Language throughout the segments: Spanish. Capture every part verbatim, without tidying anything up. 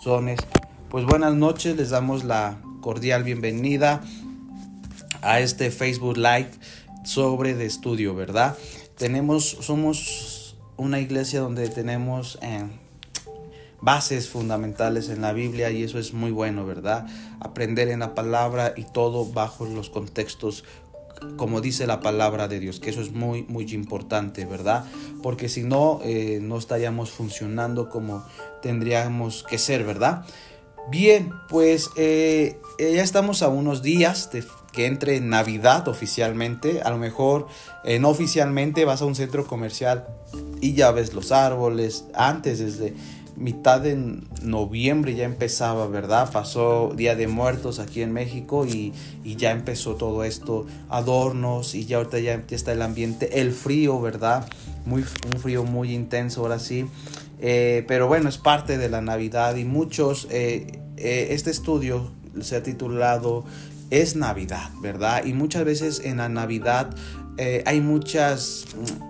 Sones. Pues buenas noches, les damos la cordial bienvenida a este Facebook Live sobre de estudio, ¿verdad? Tenemos, somos una iglesia donde tenemos eh, bases fundamentales en la Biblia y eso es muy bueno, ¿verdad? Aprender en la palabra y todo bajo los contextos como dice la palabra de Dios, que eso es muy muy importante, ¿verdad? Porque si no, eh, no estaríamos funcionando como tendríamos que ser, ¿verdad? Bien, pues eh, ya estamos a unos días de que entre Navidad oficialmente. A lo mejor eh, no oficialmente vas a un centro comercial y ya ves los árboles. Antes, desde mitad de noviembre ya empezaba, ¿verdad? Pasó Día de Muertos aquí en México y, y ya empezó todo esto, adornos, y ya ahorita ya, ya está el ambiente, el frío, ¿verdad? Muy, un frío muy intenso ahora sí, eh, pero bueno, es parte de la Navidad y muchos, eh, eh, este estudio se ha titulado Es Navidad, ¿verdad? Y muchas veces en la Navidad eh, hay muchas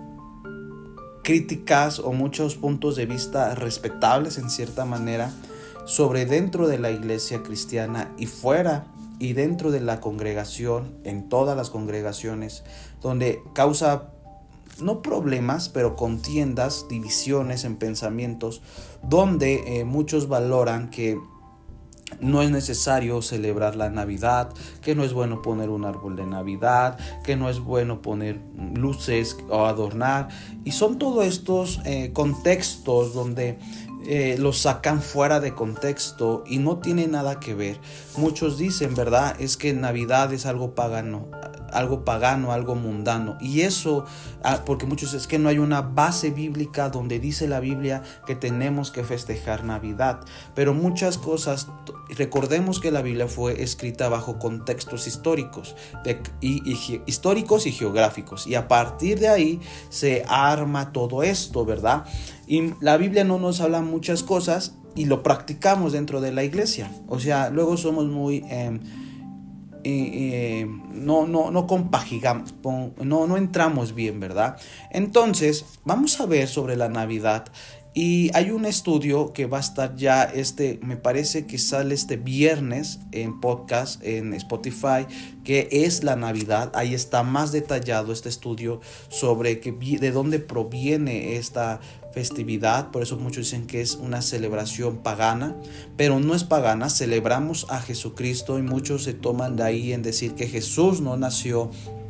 críticas o muchos puntos de vista respetables en cierta manera sobre dentro de la iglesia cristiana y fuera y dentro de la congregación, en todas las congregaciones, donde causa no problemas, pero contiendas, divisiones en pensamientos, donde eh, muchos valoran que no es necesario celebrar la Navidad, que no es bueno poner un árbol de Navidad, que no es bueno poner luces o adornar. Y son todos estos eh, contextos donde eh, los sacan fuera de contexto y no tiene nada que ver. Muchos dicen, ¿verdad? Es que Navidad es algo pagano, algo pagano, algo mundano. Y eso, porque muchos es que no hay una base bíblica donde dice la Biblia que tenemos que festejar Navidad. Pero muchas cosas, recordemos que la Biblia fue escrita bajo contextos históricos, de, y, y, históricos y geográficos. Y a partir de ahí se arma todo esto, ¿verdad? Y la Biblia no nos habla muchas cosas y lo practicamos dentro de la iglesia. O sea, luego somos muy... Eh, Eh, eh, no, no, no compagigamos, no, no entramos bien, ¿verdad? Entonces, vamos a ver sobre la Navidad. Y hay un estudio que va a estar ya, este, me parece que sale este viernes en podcast, en Spotify, que es la Navidad. Ahí está más detallado este estudio sobre que, de dónde proviene esta festividad. Por eso muchos dicen que es una celebración pagana, pero no es pagana. Celebramos a Jesucristo y muchos se toman de ahí en decir que Jesús no nació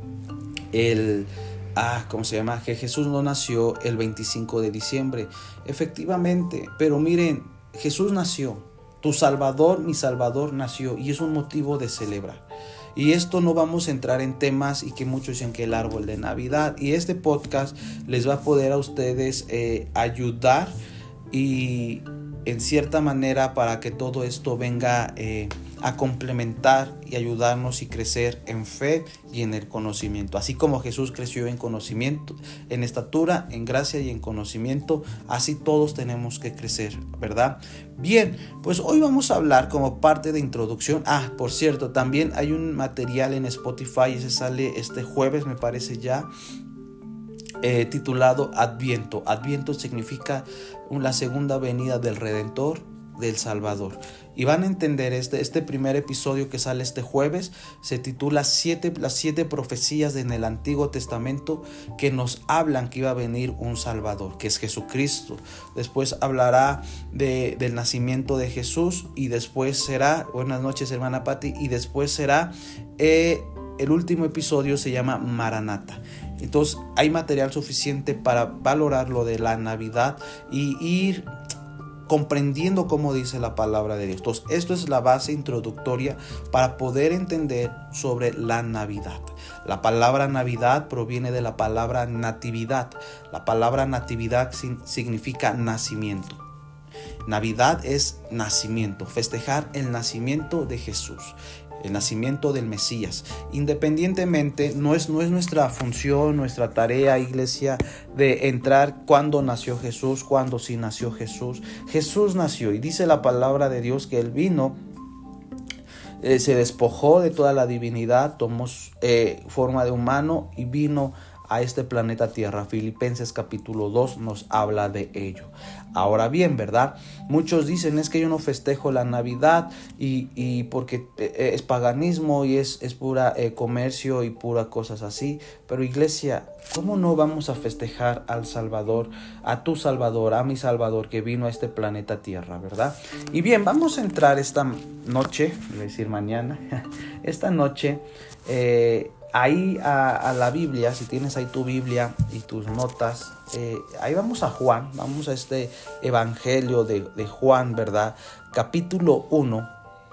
el... Ah, ¿cómo se llama? Que Jesús no nació el veinticinco de diciembre. Efectivamente, pero miren, Jesús nació. Tu Salvador, mi Salvador nació y es un motivo de celebrar. Y esto no vamos a entrar en temas y que muchos dicen que el árbol de Navidad. Y este podcast les va a poder a ustedes eh, ayudar y en cierta manera para que todo esto venga eh, a complementar y ayudarnos y crecer en fe y en el conocimiento. Así como Jesús creció en conocimiento, en estatura, en gracia y en conocimiento, así todos tenemos que crecer, ¿verdad? Bien, pues hoy vamos a hablar como parte de introducción. Ah, por cierto, también hay un material en Spotify, ese sale este jueves, me parece ya, eh, titulado Adviento. Adviento significa la segunda venida del Redentor, del Salvador. Y van a entender este, este primer episodio que sale este jueves, se titula siete, las siete profecías en el Antiguo Testamento que nos hablan que iba a venir un Salvador, que es Jesucristo. Después hablará de, del nacimiento de Jesús y después será, buenas noches hermana Patti, y después será eh, el último episodio se llama Maranata. Entonces hay material suficiente para valorar lo de la Navidad y ir comprendiendo cómo dice la palabra de Dios. Entonces, esto es la base introductoria para poder entender sobre la Navidad. La palabra Navidad proviene de la palabra natividad. La palabra natividad significa nacimiento. Navidad es nacimiento, festejar el nacimiento de Jesús, el nacimiento del Mesías. Independientemente, no es, no es nuestra función, nuestra tarea, iglesia, de entrar cuándo nació Jesús, cuándo sí nació Jesús. Jesús nació y dice la palabra de Dios que Él vino, eh, se despojó de toda la divinidad, tomó eh, forma de humano y vino a este planeta Tierra. Filipenses capítulo dos nos habla de ello. Ahora bien, ¿verdad? Muchos dicen, es que yo no festejo la Navidad y, y porque es paganismo y es, es pura eh, comercio y pura cosas así. Pero iglesia, ¿cómo no vamos a festejar al Salvador, a tu Salvador, a mi Salvador que vino a este planeta Tierra, ¿verdad? Y bien, vamos a entrar esta noche, voy a decir mañana, esta noche, eh, ahí a, a la Biblia. Si tienes ahí tu Biblia y tus notas, eh, ahí vamos a Juan, vamos a este Evangelio de, de Juan, ¿verdad? Capítulo uno,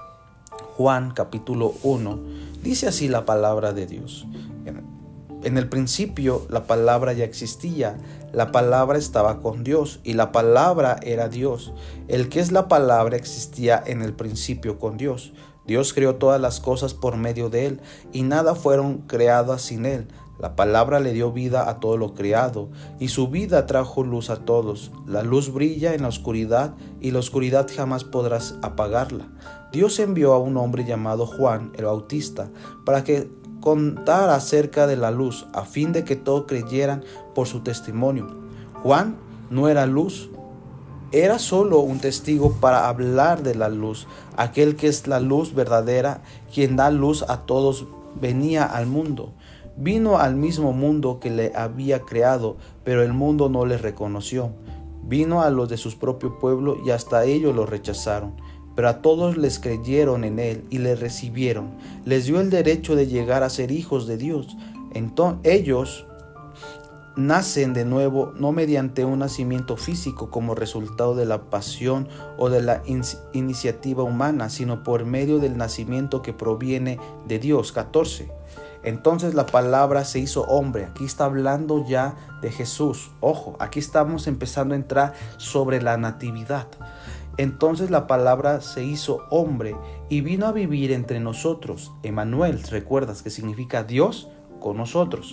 Juan capítulo uno, dice así la palabra de Dios. En, en el principio la palabra ya existía, la palabra estaba con Dios y la palabra era Dios. El que es la palabra existía en el principio con Dios. Dios creó todas las cosas por medio de él, y nada fueron creadas sin él. La palabra le dio vida a todo lo creado, y su vida trajo luz a todos. La luz brilla en la oscuridad, y la oscuridad jamás podrás apagarla. Dios envió a un hombre llamado Juan el Bautista, para que contara acerca de la luz, a fin de que todos creyeran por su testimonio. Juan no era luz, era solo un testigo para hablar de la luz. Aquel que es la luz verdadera, quien da luz a todos, venía al mundo. Vino al mismo mundo que le había creado, pero el mundo no le reconoció. Vino a los de su propio pueblo y hasta ellos lo rechazaron. Pero a todos les creyeron en él y le recibieron. Les dio el derecho de llegar a ser hijos de Dios. Entonces ellos nacen de nuevo, no mediante un nacimiento físico como resultado de la pasión o de la in- iniciativa humana, sino por medio del nacimiento que proviene de Dios. catorce. Entonces la palabra se hizo hombre. Aquí está hablando ya de Jesús. Ojo, aquí estamos empezando a entrar sobre la natividad. Entonces la palabra se hizo hombre y vino a vivir entre nosotros. Emmanuel, ¿recuerdas que significa Dios con nosotros?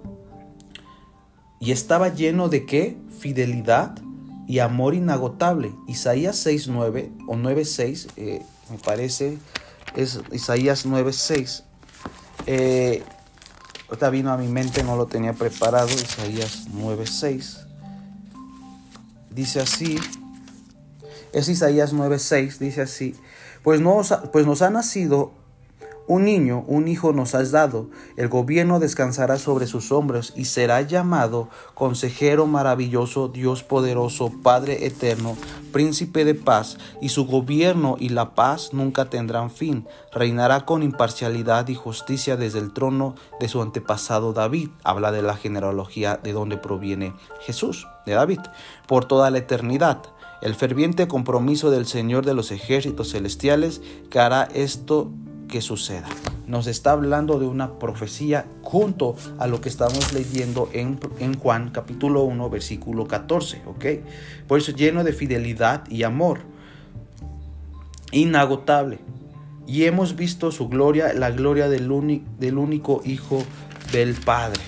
Y estaba lleno de ¿qué? Fidelidad y amor inagotable. Isaías seis nueve o nueve seis, eh, me parece, es Isaías nueve seis. Eh, ahorita vino a mi mente, no lo tenía preparado. Isaías nueve seis. Dice así, es Isaías nueve seis, dice así. Pues, no, pues nos ha nacido un niño, un hijo nos has dado, el gobierno descansará sobre sus hombros y será llamado Consejero Maravilloso, Dios Poderoso, Padre Eterno, Príncipe de Paz, y su gobierno y la paz nunca tendrán fin. Reinará con imparcialidad y justicia desde el trono de su antepasado David. Habla de la genealogía de donde proviene Jesús, de David, por toda la eternidad. El ferviente compromiso del Señor de los ejércitos celestiales que hará esto que suceda. Nos está hablando de una profecía junto a lo que estamos leyendo en, en Juan capítulo uno versículo catorce, ¿ok? Por eso lleno de fidelidad y amor, inagotable. Y hemos visto su gloria, la gloria del, uni, del único Hijo del Padre.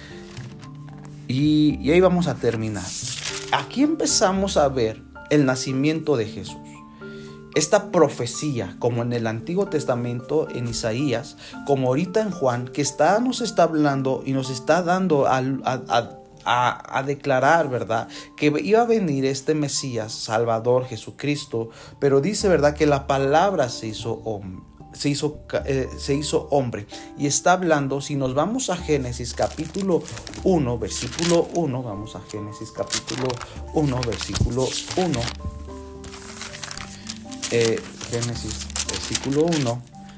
Y, y ahí vamos a terminar. Aquí empezamos a ver el nacimiento de Jesús. Esta profecía, como en el Antiguo Testamento, en Isaías, como ahorita en Juan, que está, nos está hablando y nos está dando a, a, a, a declarar, ¿verdad?, que iba a venir este Mesías, Salvador, Jesucristo, pero dice, ¿verdad?, que la palabra se hizo hombre. Se hizo, eh, se hizo hombre. Y está hablando, si nos vamos a Génesis capítulo uno, versículo uno, vamos a Génesis capítulo uno, versículo uno. Eh, Génesis versículo uno,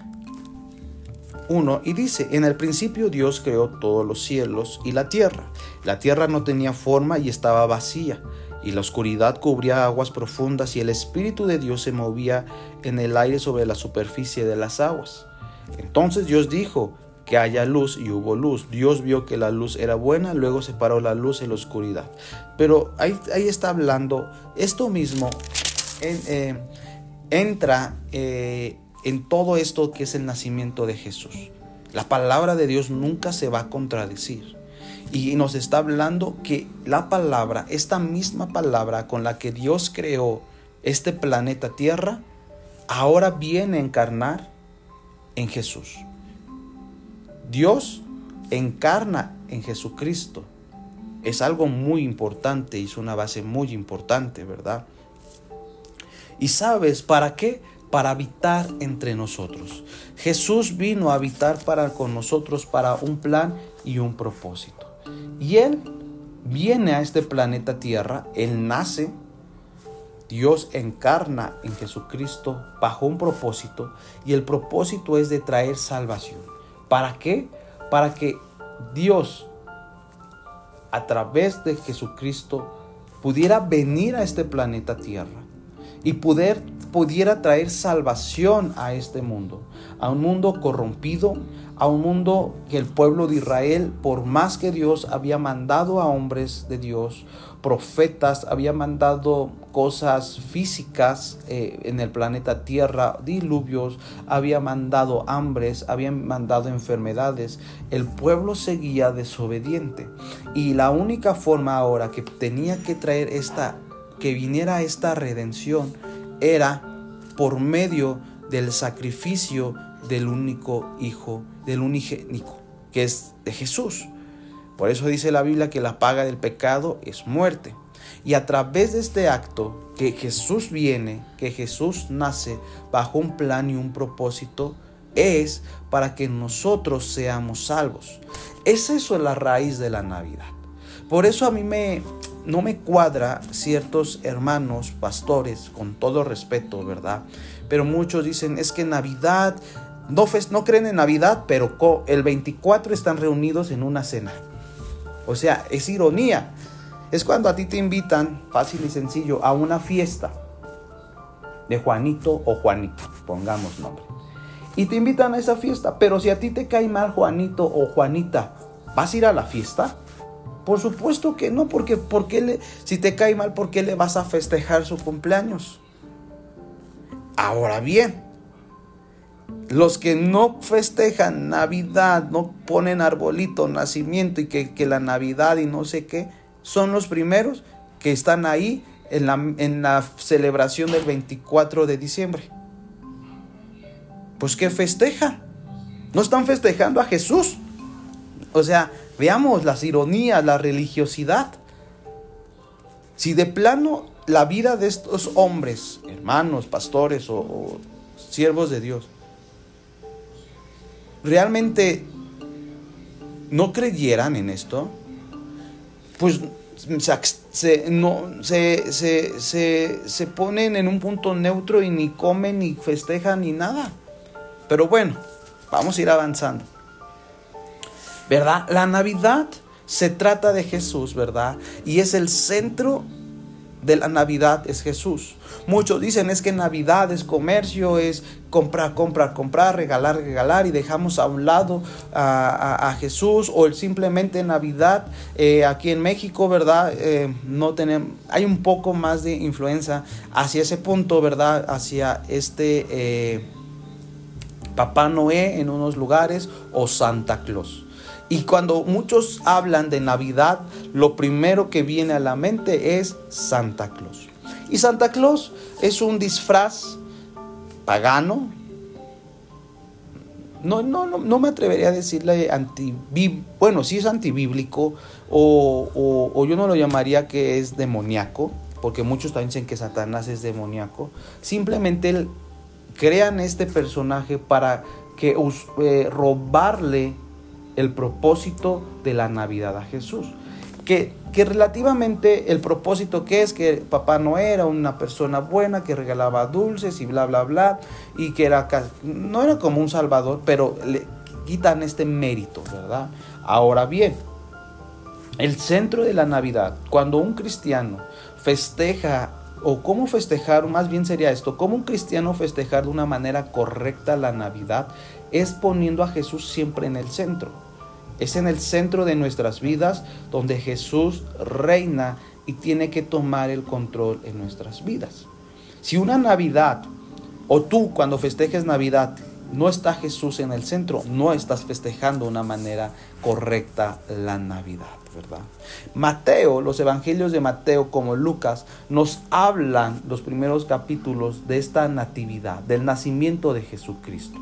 uno, y dice: en el principio Dios creó todos los cielos y la tierra. La tierra no tenía forma y estaba vacía, y la oscuridad cubría aguas profundas, y el Espíritu de Dios se movía en el aire sobre la superficie de las aguas. Entonces Dios dijo: que haya luz, y hubo luz. Dios vio que la luz era buena, luego separó la luz de la oscuridad. Pero ahí, ahí está hablando esto mismo en... Eh, entra eh, en todo esto que es el nacimiento de Jesús. La palabra de Dios nunca se va a contradecir. Y nos está hablando que la palabra, esta misma palabra con la que Dios creó este planeta Tierra, ahora viene a encarnar en Jesús. Dios encarna en Jesucristo. Es algo muy importante y es una base muy importante, ¿verdad? ¿Y sabes para qué? Para habitar entre nosotros. Jesús vino a habitar para con nosotros para un plan y un propósito. Y Él viene a este planeta Tierra, Él nace, Dios encarna en Jesucristo bajo un propósito, y el propósito es de traer salvación. ¿Para qué? Para que Dios, a través de Jesucristo, pudiera venir a este planeta Tierra y poder, pudiera traer salvación a este mundo, a un mundo corrompido, a un mundo que el pueblo de Israel, por más que Dios había mandado a hombres de Dios, profetas, había mandado cosas físicas eh, en el planeta Tierra, diluvios, había mandado hambres, había mandado enfermedades, el pueblo seguía desobediente. Y la única forma ahora que tenía que traer esta, que viniera esta redención, era por medio del sacrificio del único Hijo, del unigénito, que es de Jesús. Por eso dice la Biblia que la paga del pecado es muerte. Y a través de este acto, que Jesús viene, que Jesús nace bajo un plan y un propósito, es para que nosotros seamos salvos. Es eso la raíz de la Navidad. Por eso a mí me, no me cuadra ciertos hermanos, pastores, con todo respeto, ¿verdad? Pero muchos dicen, es que Navidad, no, fest- no creen en Navidad, pero co- el veinticuatro están reunidos en una cena. O sea, es ironía. Es cuando a ti te invitan, fácil y sencillo, a una fiesta de Juanito o Juanita, pongamos nombre. Y te invitan a esa fiesta, pero si a ti te cae mal Juanito o Juanita, ¿vas a ir a la fiesta? Por supuesto que no, porque ¿por qué le, si te cae mal, ¿por qué le vas a festejar su cumpleaños? Ahora bien, los que no festejan Navidad, no ponen arbolito, nacimiento y que, que la Navidad y no sé qué, son los primeros que están ahí en la, en la celebración del veinticuatro de diciembre. Pues ¿qué festejan? No están festejando a Jesús. O sea, veamos las ironías, la religiosidad. Si de plano la vida de estos hombres, hermanos, pastores o, o siervos de Dios, realmente no creyeran en esto, pues se, no, se, se, se, se ponen en un punto neutro y ni comen, ni festejan, ni nada. Pero bueno, vamos a ir avanzando, ¿verdad? La Navidad se trata de Jesús, ¿verdad? Y es el centro de la Navidad, es Jesús. Muchos dicen es que Navidad es comercio, es comprar, comprar, comprar, regalar, regalar y dejamos a un lado a, a, a Jesús. O simplemente Navidad, eh, aquí en México, ¿verdad? Eh, no tenemos, hay un poco más de influencia hacia ese punto, ¿verdad? Hacia este eh, Papá Noé en unos lugares o Santa Claus. Y cuando muchos hablan de Navidad, lo primero que viene a la mente es Santa Claus. Y Santa Claus es un disfraz pagano. No, no, no, no me atrevería a decirle anti, bueno, sí es antibíblico o, o, o yo no lo llamaría que es demoníaco, porque muchos también dicen que Satanás es demoníaco. Simplemente crean este personaje para que eh, robarle el propósito de la Navidad a Jesús. Que, que relativamente el propósito que es que Papá Noé era una persona buena que regalaba dulces y bla bla bla y que era, no era como un salvador, pero le quitan este mérito, ¿verdad? Ahora bien, el centro de la Navidad, cuando un cristiano festeja, o cómo festejar, más bien sería esto, cómo un cristiano festejar de una manera correcta la Navidad, es poniendo a Jesús siempre en el centro. Es en el centro de nuestras vidas donde Jesús reina y tiene que tomar el control en nuestras vidas. Si una Navidad, o tú cuando festejes Navidad, no está Jesús en el centro, no estás festejando de una manera correcta la Navidad, ¿verdad? Mateo, los evangelios de Mateo como Lucas, nos hablan los primeros capítulos de esta natividad, del nacimiento de Jesucristo.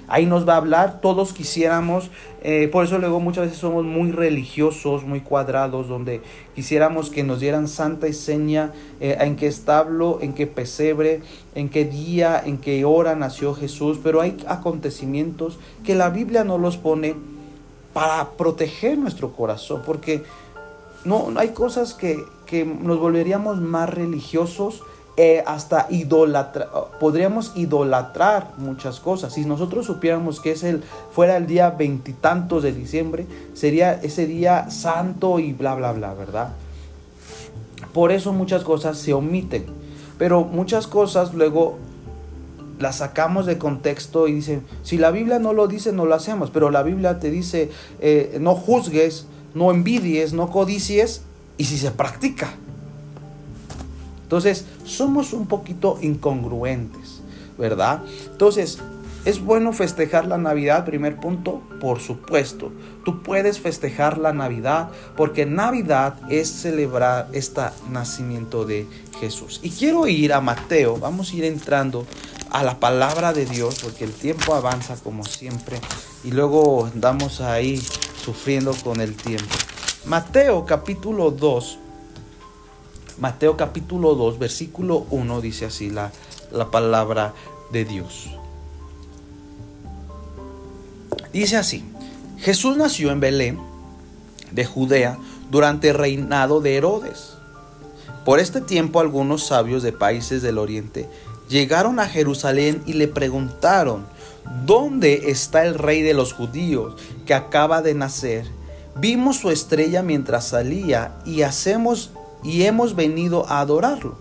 Ahí nos va a hablar. Todos quisiéramos, eh, por eso luego muchas veces somos muy religiosos, muy cuadrados, donde quisiéramos que nos dieran santa y seña, eh, en qué establo, en qué pesebre, en qué día, en qué hora nació Jesús. Pero hay acontecimientos que la Biblia nos los pone para proteger nuestro corazón, porque no, no hay cosas que, que nos volveríamos más religiosos. Eh, hasta idolatra, podríamos idolatrar muchas cosas. Si nosotros supiéramos que es el, fuera el día veintitantos de diciembre, sería ese día santo y bla bla bla, ¿verdad? Por eso muchas cosas se omiten, pero muchas cosas luego las sacamos de contexto y dicen, si la Biblia no lo dice, no lo hacemos. Pero la Biblia te dice, eh, no juzgues, no envidies, no codicies, y si se practica. Entonces, somos un poquito incongruentes, ¿verdad? Entonces, ¿es bueno festejar la Navidad? Primer punto, por supuesto. Tú puedes festejar la Navidad porque Navidad es celebrar este nacimiento de Jesús. Y quiero ir a Mateo, vamos a ir entrando a la palabra de Dios porque el tiempo avanza como siempre y luego andamos ahí sufriendo con el tiempo. Mateo capítulo dos. Mateo capítulo dos, versículo uno, dice así la, la palabra de Dios. Dice así: Jesús nació en Belén de Judea durante el reinado de Herodes. Por este tiempo algunos sabios de países del oriente llegaron a Jerusalén y le preguntaron: ¿dónde está el rey de los judíos que acaba de nacer? Vimos su estrella mientras salía y hacemos y hemos venido a adorarlo.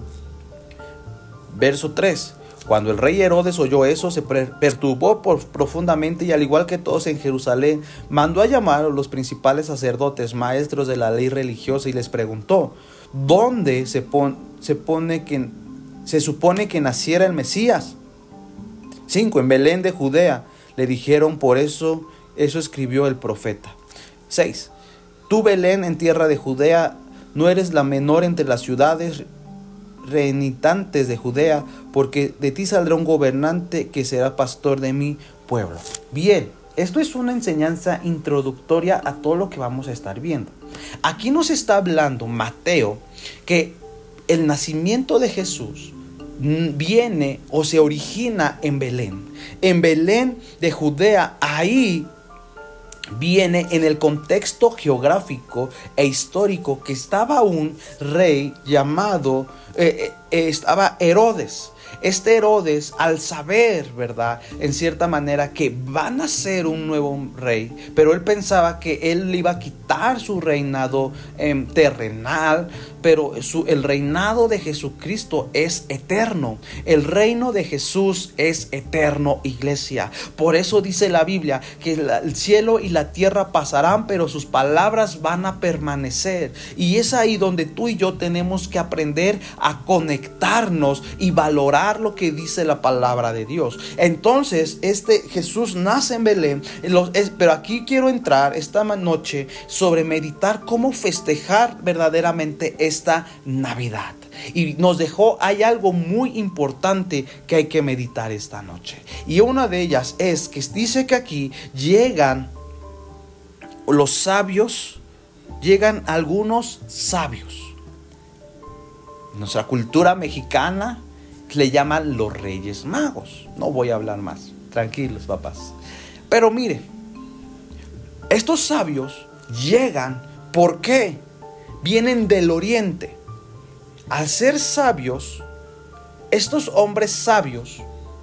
Verso tres. Cuando el rey Herodes oyó eso, se perturbó por, profundamente y al igual que todos en Jerusalén, mandó a llamar a los principales sacerdotes, maestros de la ley religiosa y les preguntó: ¿dónde se, pon, se, pone que, se supone que naciera el Mesías? cinco. En Belén de Judea, le dijeron, por eso, eso escribió el profeta. seis. Tú, Belén, en tierra de Judea, no eres la menor entre las ciudades reinitantes de Judea, porque de ti saldrá un gobernante que será pastor de mi pueblo. Bien, esto es una enseñanza introductoria a todo lo que vamos a estar viendo. Aquí nos está hablando Mateo que el nacimiento de Jesús viene o se origina en Belén. En Belén de Judea, ahí viene en el contexto geográfico e histórico que estaba un rey llamado, eh, eh, estaba Herodes. Este Herodes, al saber, ¿verdad?, en cierta manera que va a nacer un nuevo rey, pero él pensaba que él le iba a quitar su reinado eh, terrenal, pero su, el reinado de Jesucristo es eterno. El reino de Jesús es eterno, iglesia. Por eso dice la Biblia que la, el cielo y la tierra pasarán, pero sus palabras van a permanecer. Y es ahí donde tú y yo tenemos que aprender a conectarnos y valorar lo que dice la palabra de Dios. Entonces, este Jesús nace en Belén, pero aquí quiero entrar esta noche sobre meditar cómo festejar verdaderamente esta Navidad. Y nos dejó, hay algo muy importante que hay que meditar esta noche. Y una de ellas es que dice que aquí llegan los sabios, llegan algunos sabios. En nuestra cultura mexicana le llaman los Reyes Magos. No voy a hablar más, tranquilos papás. Pero mire, estos sabios llegan, ¿por qué? Vienen del oriente. Al ser sabios, estos hombres sabios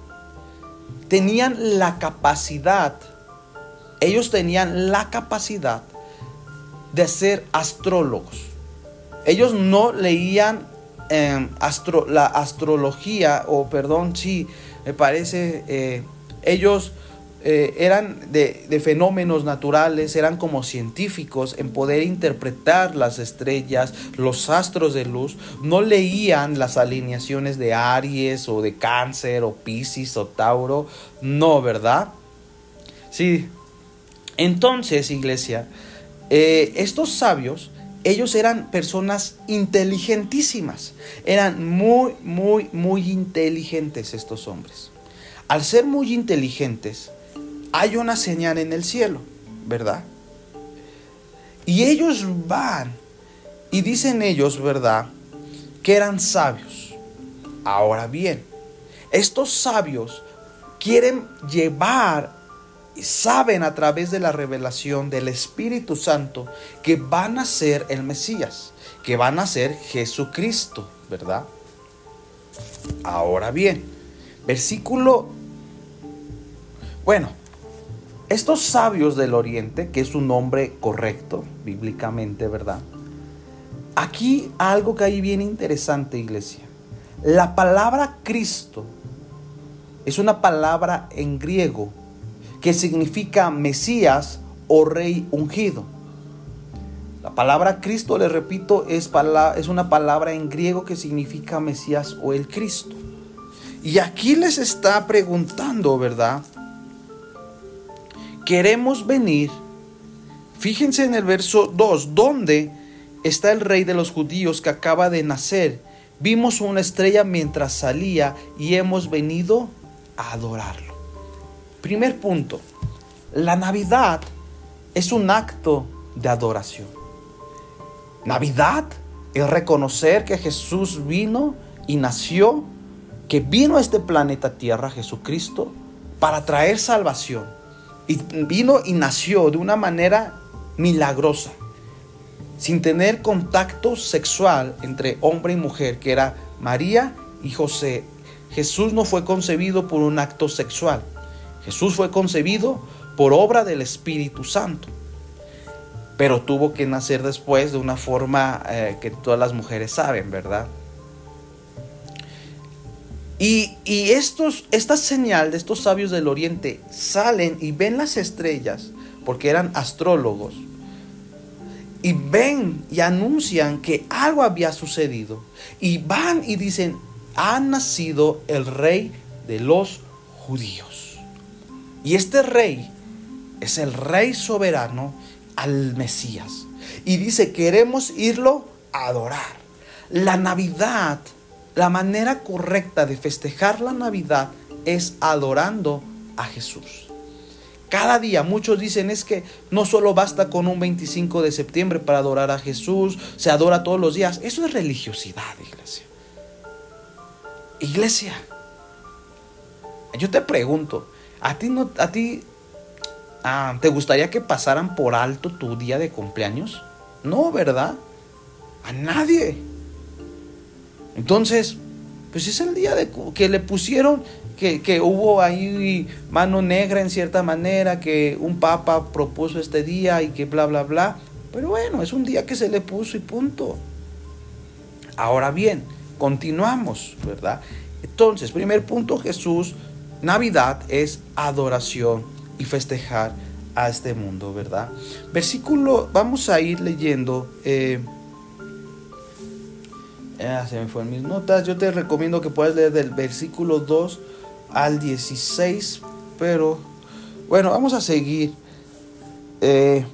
tenían la capacidad, ellos tenían la capacidad de ser astrólogos. Ellos no leían eh, astro, la astrología, o perdón, sí, me parece, eh, ellos eh, eran de, de fenómenos naturales, eran como científicos en poder interpretar las estrellas, los astros de luz. No leían las alineaciones de Aries o de Cáncer o Piscis o Tauro, no, ¿verdad? Sí. Entonces, iglesia, eh, estos sabios, ellos eran personas inteligentísimas, eran muy, muy, muy inteligentes estos hombres. Al ser muy inteligentes, hay una señal en el cielo, ¿verdad? Y ellos van y dicen ellos, ¿verdad?, que eran sabios. Ahora bien, estos sabios quieren llevar, saben a través de la revelación del Espíritu Santo que van a ser el Mesías, que van a ser Jesucristo, ¿verdad? Ahora bien, versículo, bueno, estos sabios del Oriente, que es un nombre correcto bíblicamente, ¿verdad? Aquí algo que hay bien interesante, iglesia. La palabra Cristo es una palabra en griego que significa Mesías o Rey ungido. La palabra Cristo, les repito, es, pala- es una palabra en griego que significa Mesías o el Cristo. Y aquí les está preguntando, ¿verdad? Queremos venir. Fíjense en el verso dos, ¿dónde está el rey de los judíos que acaba de nacer? Vimos una estrella mientras salía y hemos venido a adorarlo. Primer punto, la Navidad es un acto de adoración. Navidad es reconocer que Jesús vino y nació, que vino a este planeta Tierra, Jesucristo, para traer salvación. Y vino y nació de una manera milagrosa, sin tener contacto sexual entre hombre y mujer, que era María y José. Jesús no fue concebido por un acto sexual. Jesús fue concebido por obra del Espíritu Santo. Pero tuvo que nacer después de una forma eh, que todas las mujeres saben, ¿verdad? Y, y estos, esta señal de estos sabios del Oriente salen y ven las estrellas, porque eran astrólogos, y ven y anuncian que algo había sucedido. Y van y dicen, ha nacido el rey de los judíos. Y este rey es el rey soberano, al Mesías. Y dice, queremos irlo a adorar. La Navidad, la manera correcta de festejar la Navidad es adorando a Jesús. Cada día muchos dicen es que no solo basta con un veinticinco de septiembre para adorar a Jesús, se adora todos los días. Eso es religiosidad, iglesia. Iglesia, yo te pregunto, ¿a ti no, a ti ah, te gustaría que pasaran por alto tu día de cumpleaños? No, ¿verdad? A nadie. Entonces, pues es el día de que le pusieron, que, que hubo ahí mano negra en cierta manera, que un papa propuso este día y que bla, bla, bla. Pero bueno, es un día que se le puso y punto. Ahora bien, continuamos, ¿verdad? Entonces, primer punto, Jesús, Navidad es adoración y festejar a este mundo, ¿verdad? Versículo, vamos a ir leyendo. Eh, eh, se me fueron mis notas. Yo te recomiendo que puedas leer del versículo dos al dieciséis, pero bueno, vamos a seguir. Eh,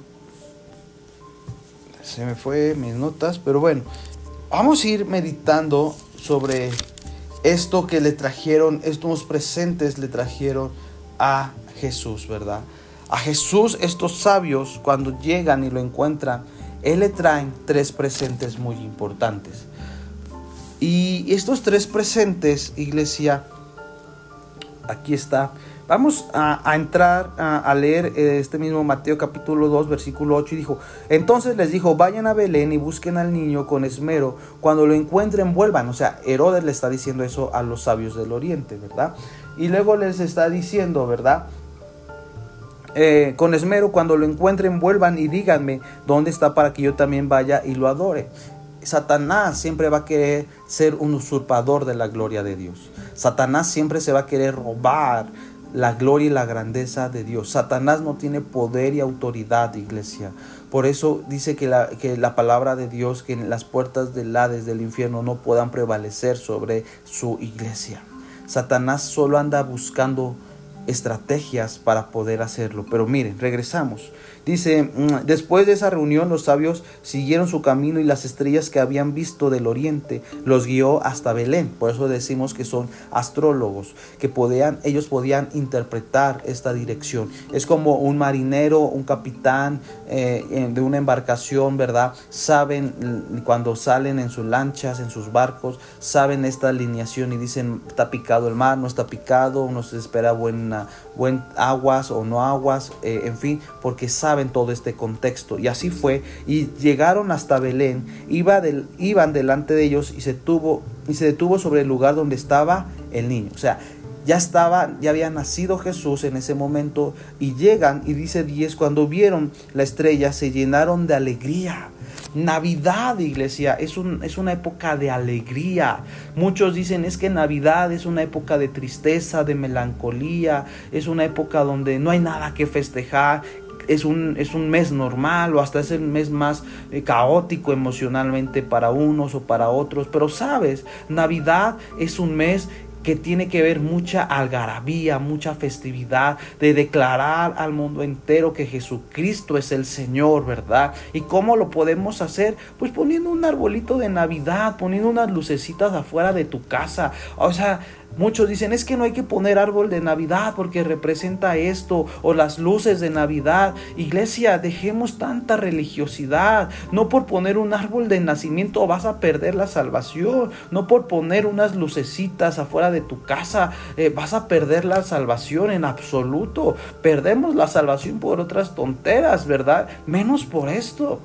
se me fue mis notas, pero bueno, vamos a ir meditando sobre esto que le trajeron, estos presentes le trajeron a Jesús, ¿verdad? A Jesús, estos sabios, cuando llegan y lo encuentran, Él le traen tres presentes muy importantes. Y estos tres presentes, iglesia, aquí está. Vamos a, a entrar a, a leer este mismo Mateo capítulo dos, versículo ocho. Y dijo, entonces les dijo, vayan a Belén y busquen al niño con esmero. Cuando lo encuentren, vuelvan. O sea, Herodes le está diciendo eso a los sabios del Oriente, ¿verdad? Y luego les está diciendo, ¿verdad? Eh, con esmero, cuando lo encuentren, vuelvan y díganme dónde está para que yo también vaya y lo adore. Satanás siempre va a querer ser un usurpador de la gloria de Dios. Satanás siempre se va a querer robar la gloria y la grandeza de Dios. Satanás no tiene poder y autoridad, iglesia. Por eso dice que la, que la palabra de Dios, que las puertas del Hades, del infierno, no puedan prevalecer sobre su iglesia. Satanás solo anda buscando estrategias para poder hacerlo. Pero miren, regresamos. Dice, después de esa reunión los sabios siguieron su camino y las estrellas que habían visto del oriente los guió hasta Belén. Por eso decimos que son astrólogos, que podían, ellos podían interpretar esta dirección. Es como un marinero, un capitán eh, de una embarcación, ¿verdad? Saben cuando salen en sus lanchas, en sus barcos, saben esta alineación y dicen, está picado el mar, no está picado, nos espera buena, buen aguas o no aguas, eh, en fin, porque saben todo este contexto. Y así fue, y llegaron hasta Belén, iba del, iban delante de ellos y se, tuvo, y se detuvo sobre el lugar donde estaba el niño. O sea, ya estaba, ya había nacido Jesús en ese momento, y llegan, y dice diez, cuando vieron la estrella se llenaron de alegría. Navidad, iglesia, es, un, es una época de alegría. Muchos dicen es que Navidad es una época de tristeza, de melancolía, es una época donde no hay nada que festejar. Es un, es un mes normal, o hasta es el mes más eh, caótico emocionalmente para unos o para otros. Pero sabes, Navidad es un mes que tiene que ver mucha algarabía, mucha festividad, de declarar al mundo entero que Jesucristo es el Señor, ¿verdad? ¿Y cómo lo podemos hacer? Pues poniendo un arbolito de Navidad, poniendo unas lucecitas afuera de tu casa. O sea, muchos dicen, es que no hay que poner árbol de Navidad porque representa esto, o las luces de Navidad. Iglesia, dejemos tanta religiosidad. No por poner un árbol de nacimiento vas a perder la salvación. No por poner unas lucecitas afuera de tu casa eh, vas a perder la salvación en absoluto. Perdemos la salvación por otras tonteras, ¿verdad? Menos por esto.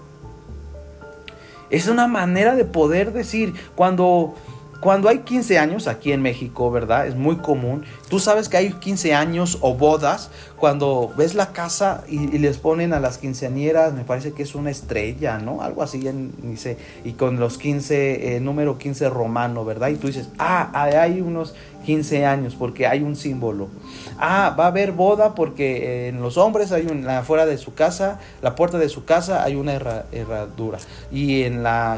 Es una manera de poder decir, cuando... Cuando hay quince años aquí en México, ¿verdad? Es muy común. Tú sabes que hay quince años o bodas, cuando ves la casa y, y les ponen a las quinceañeras, me parece que es una estrella, ¿no? Algo así, ya ni sé. Y con los quince, eh, número quince romano, ¿verdad? Y tú dices, ah, hay unos quince años porque hay un símbolo. Ah, va a haber boda porque en los hombres hay un, afuera de su casa, la puerta de su casa hay una herra, herradura. Y en la...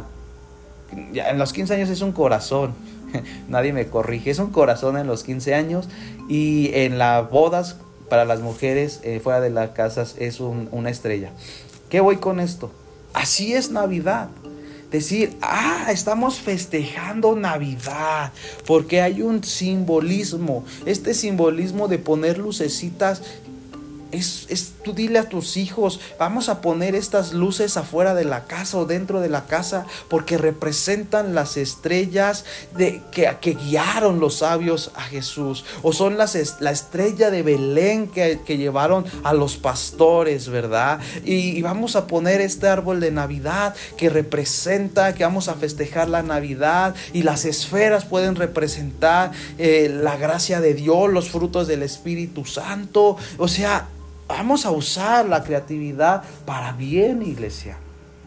Ya, en los quince años es un corazón, nadie me corrige, es un corazón en los quince años, y en las bodas para las mujeres eh, fuera de las casas es un, una estrella. ¿Qué voy con esto? Así es Navidad. Decir, ah, estamos festejando Navidad porque hay un simbolismo. Este simbolismo de poner lucecitas Es, es, tú dile a tus hijos, vamos a poner estas luces afuera de la casa o dentro de la casa porque representan las estrellas de, que, que guiaron los sabios a Jesús, o son las, la estrella de Belén que, que llevaron a los pastores, ¿verdad? Y, y vamos a poner este árbol de Navidad que representa que vamos a festejar la Navidad, y las esferas pueden representar eh, la gracia de Dios, los frutos del Espíritu Santo. O sea, vamos a usar la creatividad para bien, iglesia.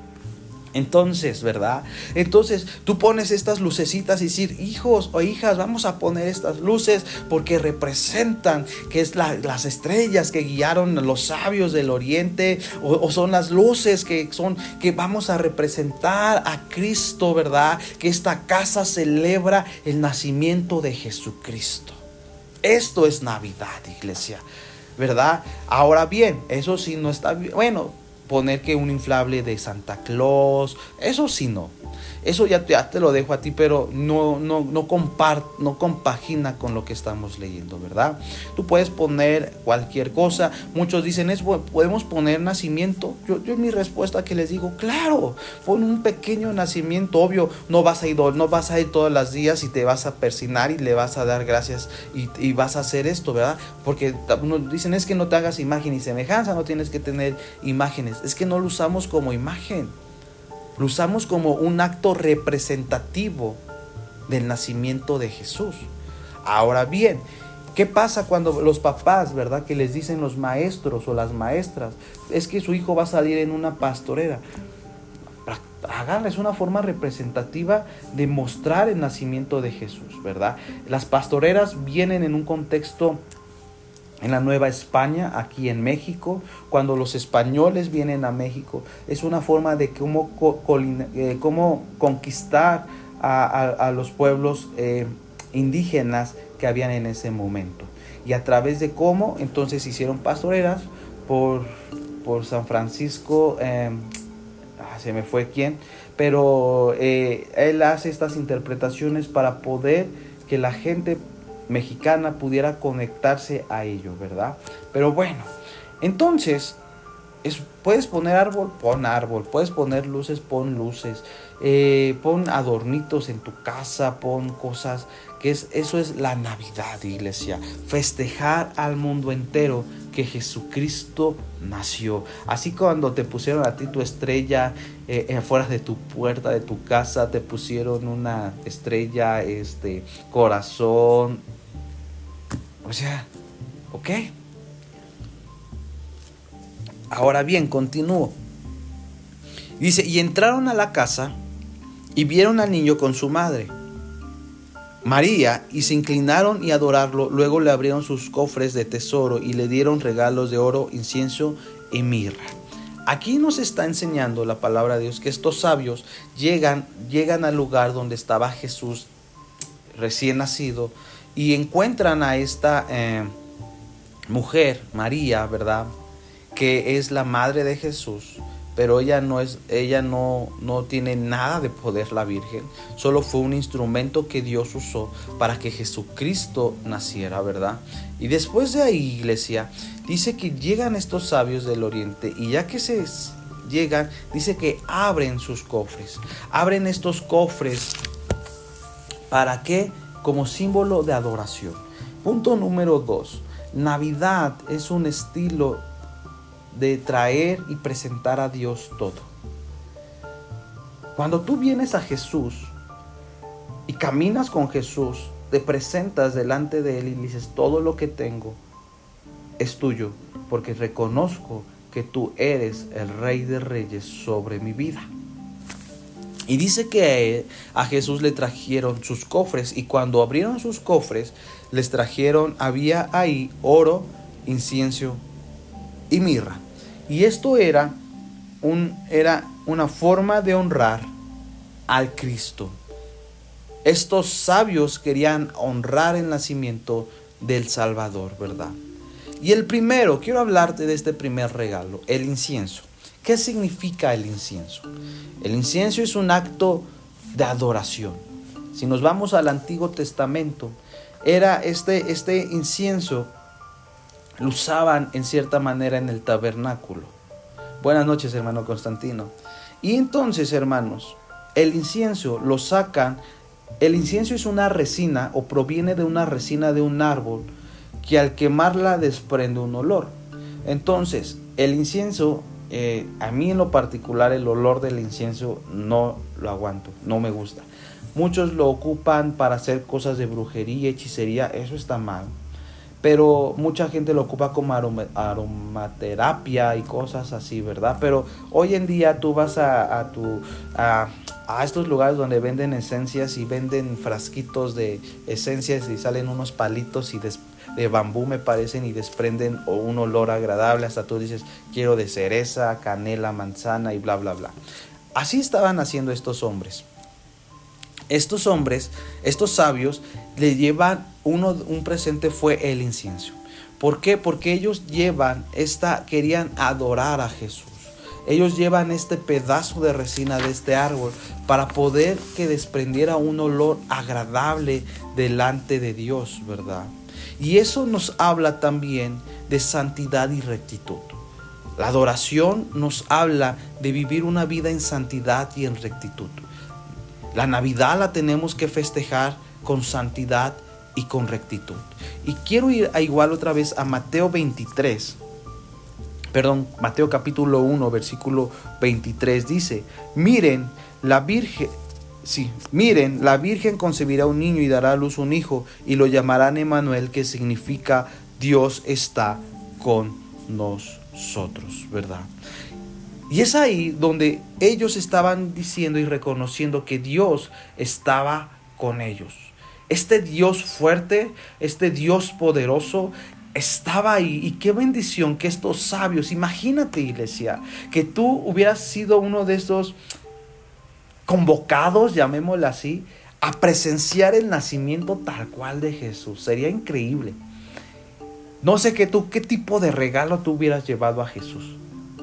Entonces, ¿verdad? Entonces tú pones estas lucecitas y decir, hijos o hijas, vamos a poner estas luces porque representan que es la, las estrellas que guiaron a los sabios del oriente, o, o son las luces que son que vamos a representar a Cristo, ¿verdad? Que esta casa celebra el nacimiento de Jesucristo. Esto es Navidad, iglesia, ¿verdad? Ahora bien, eso sí no está bien. Bueno, poner que un inflable de Santa Claus, eso sí no. Eso ya te, ya te lo dejo a ti, pero no, no, no, compart, no compagina con lo que estamos leyendo, ¿verdad? Tú puedes poner cualquier cosa. Muchos dicen, ¿es, ¿podemos poner nacimiento? Yo, yo en mi respuesta que les digo, claro, pon un pequeño nacimiento. Obvio, no vas a ir, no vas a ir todos los días y te vas a persignar y le vas a dar gracias y, y vas a hacer esto, ¿verdad? Porque nos dicen, es que no te hagas imagen y semejanza, no tienes que tener imágenes. Es que no lo usamos como imagen. Lo usamos como un acto representativo del nacimiento de Jesús. Ahora bien, ¿qué pasa cuando los papás, verdad, que les dicen los maestros o las maestras, es que su hijo va a salir en una pastorera? Háganles una forma representativa de mostrar el nacimiento de Jesús, ¿verdad? Las pastoreras vienen en un contexto en la Nueva España, aquí en México, cuando los españoles vienen a México, es una forma de cómo, eh, cómo conquistar a, a, a los pueblos eh, indígenas que habían en ese momento. Y a través de cómo, entonces hicieron pastoreras por por San Francisco, eh, ah, se me fue quién, pero eh, él hace estas interpretaciones para poder que la gente mexicana pudiera conectarse a ello, ¿verdad? Pero bueno, entonces, es, puedes poner árbol, pon árbol, puedes poner luces, pon luces, eh, pon adornitos en tu casa, pon cosas, que es, eso es la Navidad, iglesia, festejar al mundo entero que Jesucristo nació. Así cuando te pusieron a ti tu estrella eh, afuera de tu puerta de tu casa, te pusieron una estrella, este, corazón, o sea, ¿ok? Ahora bien, continúo. Dice, y entraron a la casa y vieron al niño con su madre, María, y se inclinaron y adorarlo. Luego le abrieron sus cofres de tesoro y le dieron regalos de oro, incienso y mirra. Aquí nos está enseñando la palabra de Dios que estos sabios llegan, llegan al lugar donde estaba Jesús recién nacido y encuentran a esta eh, mujer, María, ¿verdad?, que es la madre de Jesús, pero ella no es, ella no, no tiene nada de poder, la Virgen, solo fue un instrumento que Dios usó para que Jesucristo naciera, ¿verdad? Y después de ahí, iglesia, dice que llegan estos sabios del oriente, y ya que se llegan, dice que abren sus cofres, abren estos cofres, ¿para qué? Como símbolo de adoración. Punto número dos, Navidad es un estilo de traer y presentar a Dios todo. Cuando tú vienes a Jesús y caminas con Jesús, te presentas delante de Él y dices, todo lo que tengo es tuyo, porque reconozco que tú eres el Rey de Reyes sobre mi vida. Y dice que a Jesús le trajeron sus cofres, y cuando abrieron sus cofres, les trajeron, había ahí oro, incienso y mirra. Y esto era, un, era una forma de honrar al Cristo. Estos sabios querían honrar el nacimiento del Salvador, ¿verdad? Y el primero, quiero hablarte de este primer regalo, el incienso. ¿Qué significa el incienso? El incienso es un acto de adoración. Si nos vamos al Antiguo Testamento, era este, este incienso lo usaban en cierta manera en el tabernáculo. Buenas noches, hermano Constantino. Y entonces, hermanos, el incienso lo sacan. El incienso es una resina, o proviene de una resina de un árbol, que al quemarla desprende un olor. Entonces, el incienso, eh, a mí en lo particular, el olor del incienso no lo aguanto, no me gusta. Muchos lo ocupan para hacer cosas de brujería, hechicería, eso está mal. Pero mucha gente lo ocupa como aroma, aromaterapia y cosas así, ¿verdad? Pero hoy en día tú vas a, a, tu, a, a estos lugares donde venden esencias y venden frasquitos de esencias y salen unos palitos y des, de bambú, me parecen, y desprenden un olor agradable. Hasta tú dices, quiero de cereza, canela, manzana y bla, bla, bla. Así estaban haciendo estos hombres. Estos hombres, estos sabios, le llevan uno, un presente fue el incienso. ¿Por qué? Porque ellos llevan esta, querían adorar a Jesús. Ellos llevan este pedazo de resina de este árbol para poder que desprendiera un olor agradable delante de Dios, ¿verdad? Y eso nos habla también de santidad y rectitud. La adoración nos habla de vivir una vida en santidad y en rectitud. La Navidad la tenemos que festejar con santidad y con rectitud. Y quiero ir a igual otra vez a Mateo veintitrés. Perdón, Mateo capítulo uno, versículo veintitrés dice, miren, la Virgen, sí, miren, la Virgen concebirá un niño y dará a luz un hijo y lo llamarán Emmanuel, que significa Dios está con nosotros, ¿verdad? Y es ahí donde ellos estaban diciendo y reconociendo que Dios estaba con ellos. Este Dios fuerte, este Dios poderoso estaba ahí. Y qué bendición que estos sabios, imagínate, iglesia, que tú hubieras sido uno de estos convocados, llamémoslo así, a presenciar el nacimiento tal cual de Jesús. Sería increíble. No sé que tú, qué tipo de regalo tú hubieras llevado a Jesús.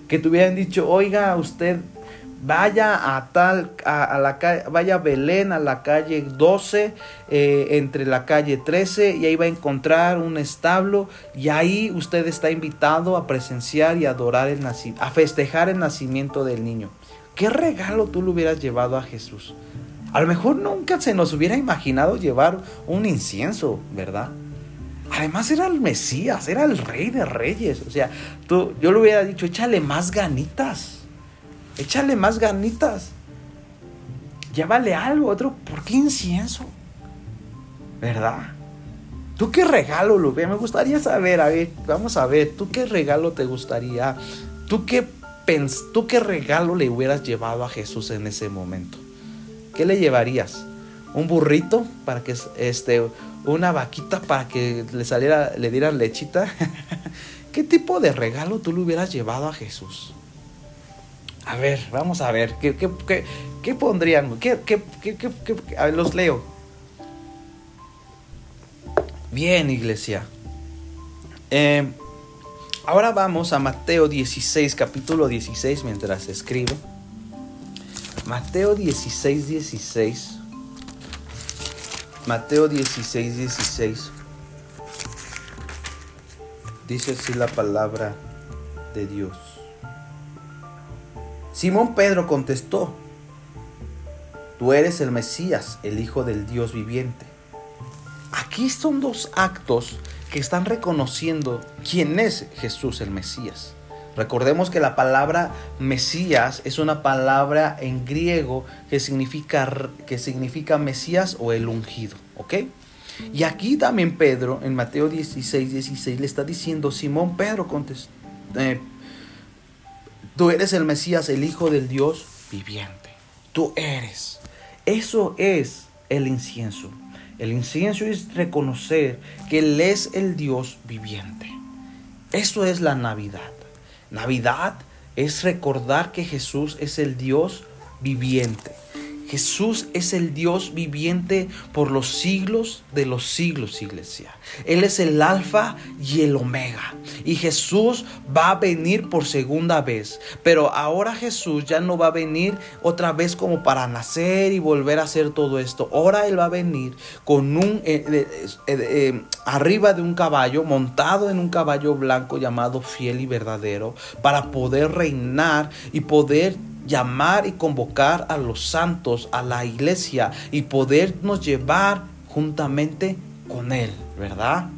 Que te hubieran dicho, oiga, usted vaya a tal, a, a la calle, vaya a Belén, a la calle doce, eh, entre la calle trece, y ahí va a encontrar un establo, y ahí usted está invitado a presenciar y adorar el nacimiento, a festejar el nacimiento del niño. ¿Qué regalo tú le hubieras llevado a Jesús? A lo mejor nunca se nos hubiera imaginado llevar un incienso, ¿verdad? Además era el Mesías, era el Rey de Reyes. O sea, tú, yo le hubiera dicho, échale más ganitas. Échale más ganitas. Llévale algo, otro. ¿Por qué incienso? ¿Verdad? ¿Tú qué regalo lo ves? Me gustaría saber, a ver, vamos a ver, ¿tú qué regalo te gustaría? ¿Tú qué, pens ¿Tú qué regalo le hubieras llevado a Jesús en ese momento? ¿Qué le llevarías? ¿Un burrito para que este, una vaquita para que le saliera, le dieran lechita? ¿Qué tipo de regalo tú le hubieras llevado a Jesús? A ver, vamos a ver, ¿qué, qué, qué, qué pondrían? ¿Qué, qué, qué, qué, qué? A ver, los leo. Bien, iglesia. Eh, ahora vamos a Mateo dieciséis, capítulo dieciséis, mientras escribo. Mateo dieciséis, dieciséis. Mateo dieciséis, dieciséis. Dice así la palabra de Dios. Simón Pedro contestó: tú eres el Mesías, el Hijo del Dios viviente. Aquí son dos actos que están reconociendo quién es Jesús el Mesías. Recordemos que la palabra Mesías es una palabra en griego que significa, que significa Mesías o el ungido, ¿ok? Y aquí también Pedro, en Mateo dieciséis, dieciséis, le está diciendo: Simón Pedro contestó, eh, tú eres el Mesías, el Hijo del Dios viviente. Tú eres. Eso es el incienso. El incienso es reconocer que Él es el Dios viviente. Eso es la Navidad. Navidad es recordar que Jesús es el Dios viviente. Jesús es el Dios viviente por los siglos de los siglos, iglesia. Él es el alfa y el omega. Y Jesús va a venir por segunda vez. Pero ahora Jesús ya no va a venir otra vez como para nacer y volver a hacer todo esto. Ahora Él va a venir con un eh, eh, eh, eh, arriba de un caballo, montado en un caballo blanco llamado fiel y verdadero, para poder reinar y poder llamar y convocar a los santos, a la iglesia, y podernos llevar juntamente con Él, ¿verdad?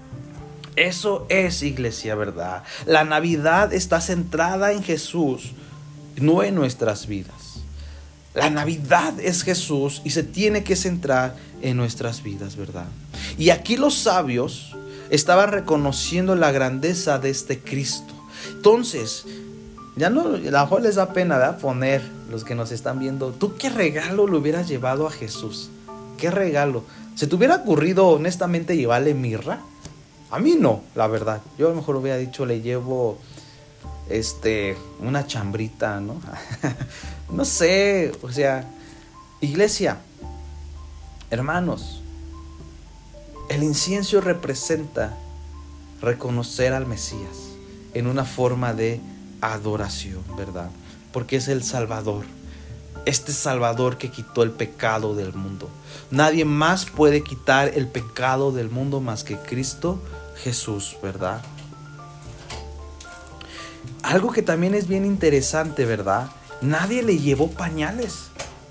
Eso es, iglesia, ¿verdad? La Navidad está centrada en Jesús, no en nuestras vidas. La Navidad es Jesús y se tiene que centrar en nuestras vidas, ¿verdad? Y aquí los sabios estaban reconociendo la grandeza de este Cristo. Entonces, ya no, a lo mejor les da pena, ¿verdad?, poner, los que nos están viendo, ¿tú qué regalo le hubieras llevado a Jesús? ¿Qué regalo? ¿Se te hubiera ocurrido honestamente llevarle mirra? A mí no, la verdad. Yo a lo mejor hubiera dicho, le llevo este, una chambrita, ¿no? No sé, o sea, iglesia, hermanos, el incienso representa reconocer al Mesías en una forma de adoración, ¿verdad? Porque es el Salvador, este Salvador que quitó el pecado del mundo. Nadie más puede quitar el pecado del mundo más que Cristo Jesús, ¿verdad? Algo que también es bien interesante, ¿verdad? Nadie le llevó pañales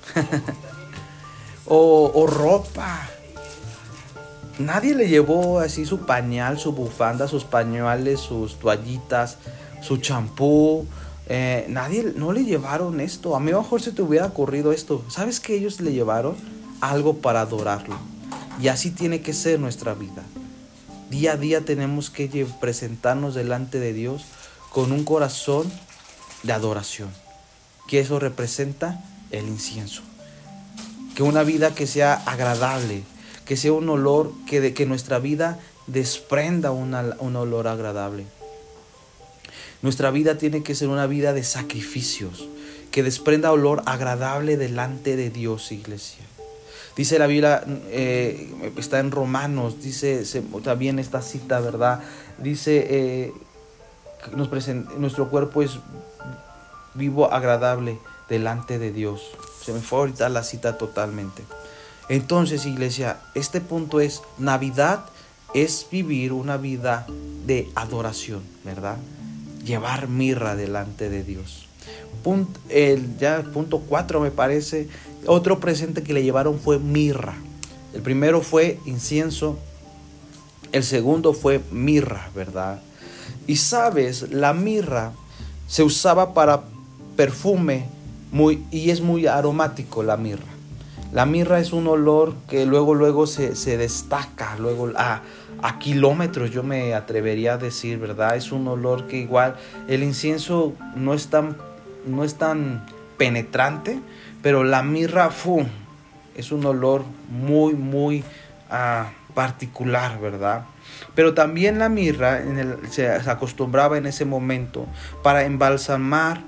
o, o ropa. Nadie le llevó así su pañal, su bufanda, sus pañuelos, sus toallitas, su champú. Eh, nadie, no le llevaron esto. A mí a lo mejor se te hubiera ocurrido esto. ¿Sabes qué ellos le llevaron? Algo para adorarlo. Y así tiene que ser nuestra vida. Día a día tenemos que presentarnos delante de Dios con un corazón de adoración. Que eso representa el incienso. Que una vida que sea agradable, que sea un olor, que, de, que nuestra vida desprenda una, un olor agradable. Nuestra vida tiene que ser una vida de sacrificios, que desprenda olor agradable delante de Dios, iglesia. Dice la Biblia, eh, está en Romanos, dice se, también esta cita, ¿verdad? Dice, eh, nos present, nuestro cuerpo es vivo, agradable delante de Dios. Se me fue ahorita la cita totalmente. Entonces, iglesia, este punto es: Navidad es vivir una vida de adoración, ¿verdad? Llevar mirra delante de Dios. Punto, el, ya punto cuatro me parece, otro presente que le llevaron fue mirra. El primero fue incienso, el segundo fue mirra, ¿verdad? Y sabes, la mirra se usaba para perfume muy, y es muy aromático la mirra. La mirra es un olor que luego, luego se, se destaca, luego a, a kilómetros, yo me atrevería a decir, ¿verdad? Es un olor que igual, el incienso no es tan, no es tan penetrante, pero la mirra, ¡fum!, es un olor muy, muy uh, particular, ¿verdad? Pero también la mirra en el, se, se acostumbraba en ese momento para embalsamar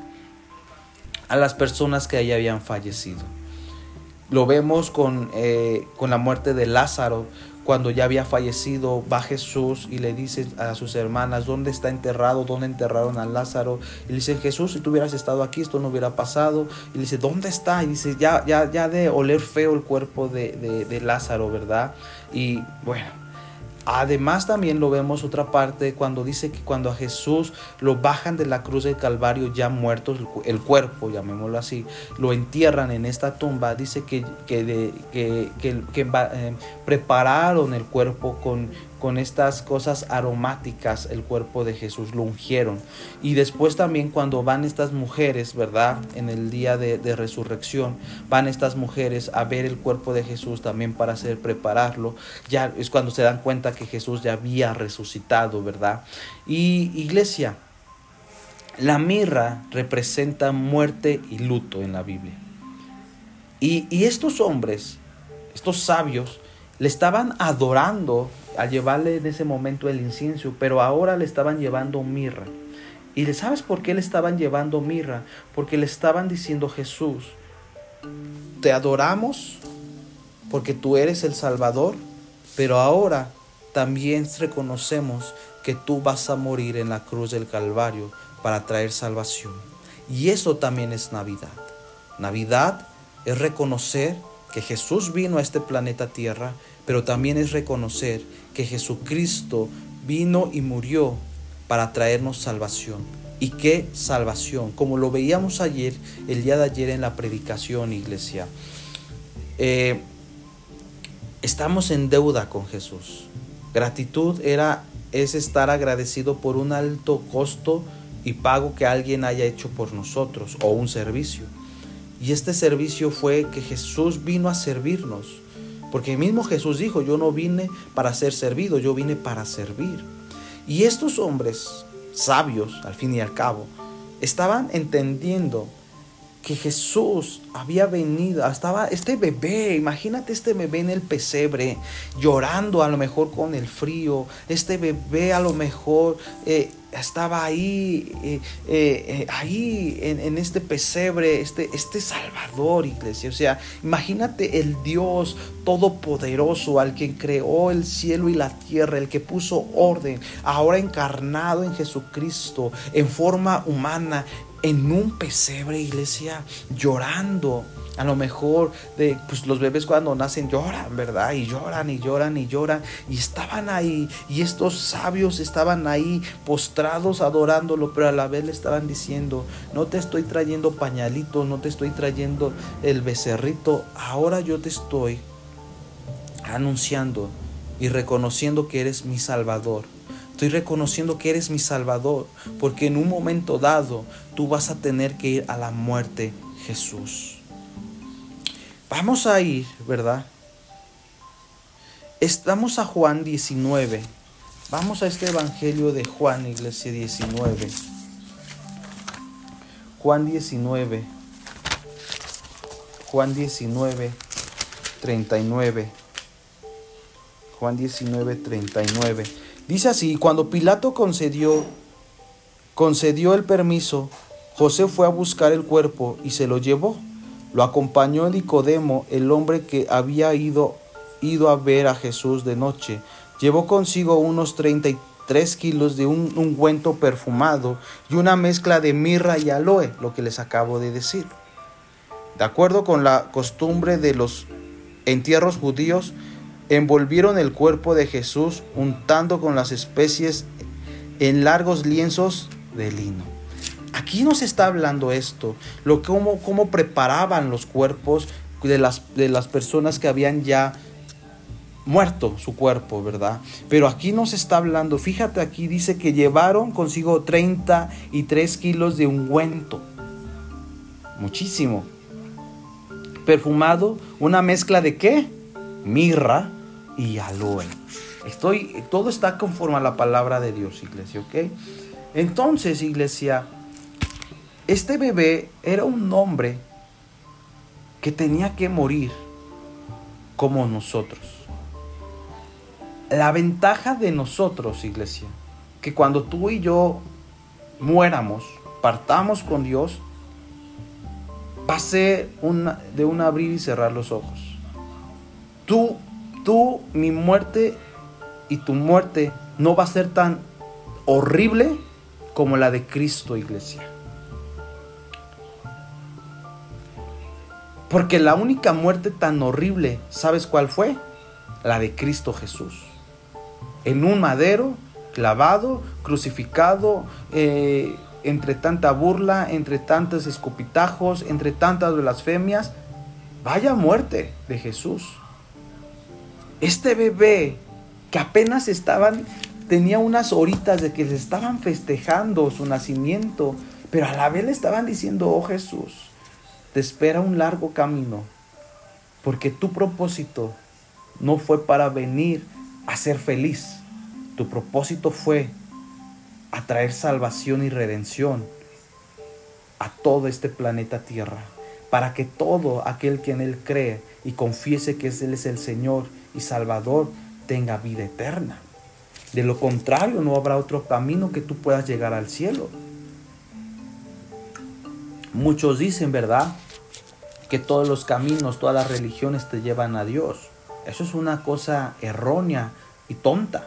a las personas que ahí habían fallecido. Lo vemos con, eh, con la muerte de Lázaro. Cuando ya había fallecido, va Jesús y le dice a sus hermanas: ¿dónde está enterrado? ¿Dónde enterraron a Lázaro? Y le dice: Jesús, si tú hubieras estado aquí, esto no hubiera pasado. Y le dice: ¿dónde está? Y dice: ya, ya, ya de oler feo el cuerpo de, de, de Lázaro, ¿verdad? Y bueno, además también lo vemos otra parte cuando dice que cuando a Jesús lo bajan de la cruz del Calvario ya muerto, el cuerpo, llamémoslo así, lo entierran en esta tumba. Dice que, que, de, que, que, que eh, prepararon el cuerpo con, con estas cosas aromáticas, el cuerpo de Jesús, lo ungieron. Y después también cuando van estas mujeres, ¿verdad? En el día de, de resurrección, van estas mujeres a ver el cuerpo de Jesús también para hacer prepararlo. Ya es cuando se dan cuenta que Jesús ya había resucitado, ¿verdad? Y iglesia, la mirra representa muerte y luto en la Biblia. Y, y estos hombres, estos sabios, le estaban adorando al llevarle en ese momento el incienso, pero ahora le estaban llevando mirra. ¿Y sabes por qué le estaban llevando mirra? Porque le estaban diciendo: Jesús, te adoramos porque tú eres el Salvador, pero ahora también reconocemos que tú vas a morir en la cruz del Calvario para traer salvación. Y eso también es Navidad. Navidad es reconocer que Jesús vino a este planeta Tierra, pero también es reconocer que Jesucristo vino y murió para traernos salvación. ¿Y qué salvación? Como lo veíamos ayer, el día de ayer en la predicación, iglesia. Eh, estamos en deuda con Jesús. Gratitud era, es estar agradecido por un alto costo y pago que alguien haya hecho por nosotros, o un servicio. Y este servicio fue que Jesús vino a servirnos. Porque mismo Jesús dijo: yo no vine para ser servido, yo vine para servir. Y estos hombres sabios, al fin y al cabo, estaban entendiendo que Jesús había venido, estaba este bebé, imagínate este bebé en el pesebre, llorando a lo mejor con el frío. Este bebé a lo mejor eh, estaba ahí, eh, eh, ahí en, en este pesebre, este, este Salvador, iglesia. O sea, imagínate el Dios todopoderoso, al que creó el cielo y la tierra, el que puso orden, ahora encarnado en Jesucristo, en forma humana, en un pesebre, iglesia, llorando. A lo mejor de, pues los bebés cuando nacen lloran, ¿verdad? Y lloran y lloran y lloran. Y estaban ahí, y estos sabios estaban ahí postrados adorándolo, pero a la vez le estaban diciendo: no te estoy trayendo pañalitos, no te estoy trayendo el becerrito, ahora yo te estoy anunciando y reconociendo que eres mi Salvador. Estoy reconociendo que eres mi Salvador, porque en un momento dado tú vas a tener que ir a la muerte, Jesús. Vamos a ir, ¿verdad? Estamos a Juan diecinueve. Vamos a este evangelio de Juan, iglesia, diecinueve. Juan diecinueve. Juan diecinueve, treinta y nueve. Juan diecinueve, treinta y nueve. Dice así: cuando Pilato concedió, concedió el permiso, José fue a buscar el cuerpo y se lo llevó. Lo acompañó Nicodemo, el hombre que había ido, ido a ver a Jesús de noche. Llevó consigo unos treinta, tres kilos de un ungüento perfumado y una mezcla de mirra y aloe, lo que les acabo de decir. De acuerdo con la costumbre de los entierros judíos, envolvieron el cuerpo de Jesús untando con las especies en largos lienzos de lino. Aquí nos está hablando esto, lo cómo, cómo preparaban los cuerpos de las, de las personas que habían ya muerto su cuerpo, ¿verdad? Pero aquí nos está hablando, fíjate, aquí dice que llevaron consigo treinta y tres kilos de ungüento, muchísimo, perfumado, una mezcla de ¿qué? Mirra y aloe. Estoy, todo está conforme a la palabra de Dios, iglesia, ¿ok? Entonces, iglesia, este bebé era un hombre que tenía que morir como nosotros. La ventaja de nosotros, iglesia, que cuando tú y yo muéramos, partamos con Dios, va a ser una, de un abrir y cerrar los ojos. Tú, tú, mi muerte y tu muerte no va a ser tan horrible como la de Cristo, iglesia. Porque la única muerte tan horrible, ¿sabes cuál fue? La de Cristo Jesús. En un madero, clavado, crucificado, eh, entre tanta burla, entre tantos escupitajos, entre tantas blasfemias. Vaya muerte de Jesús. Este bebé que apenas estaban, tenía unas horitas de que le estaban festejando su nacimiento, pero a la vez le estaban diciendo: oh Jesús, te espera un largo camino, porque tu propósito no fue para venir a ser feliz. Tu propósito fue a traer salvación y redención a todo este planeta Tierra, para que todo aquel que en Él cree y confiese que Él es el Señor y Salvador tenga vida eterna. De lo contrario, no habrá otro camino que tú puedas llegar al cielo. Muchos dicen, ¿verdad?, que todos los caminos, todas las religiones te llevan a Dios. Eso es una cosa errónea y tonta.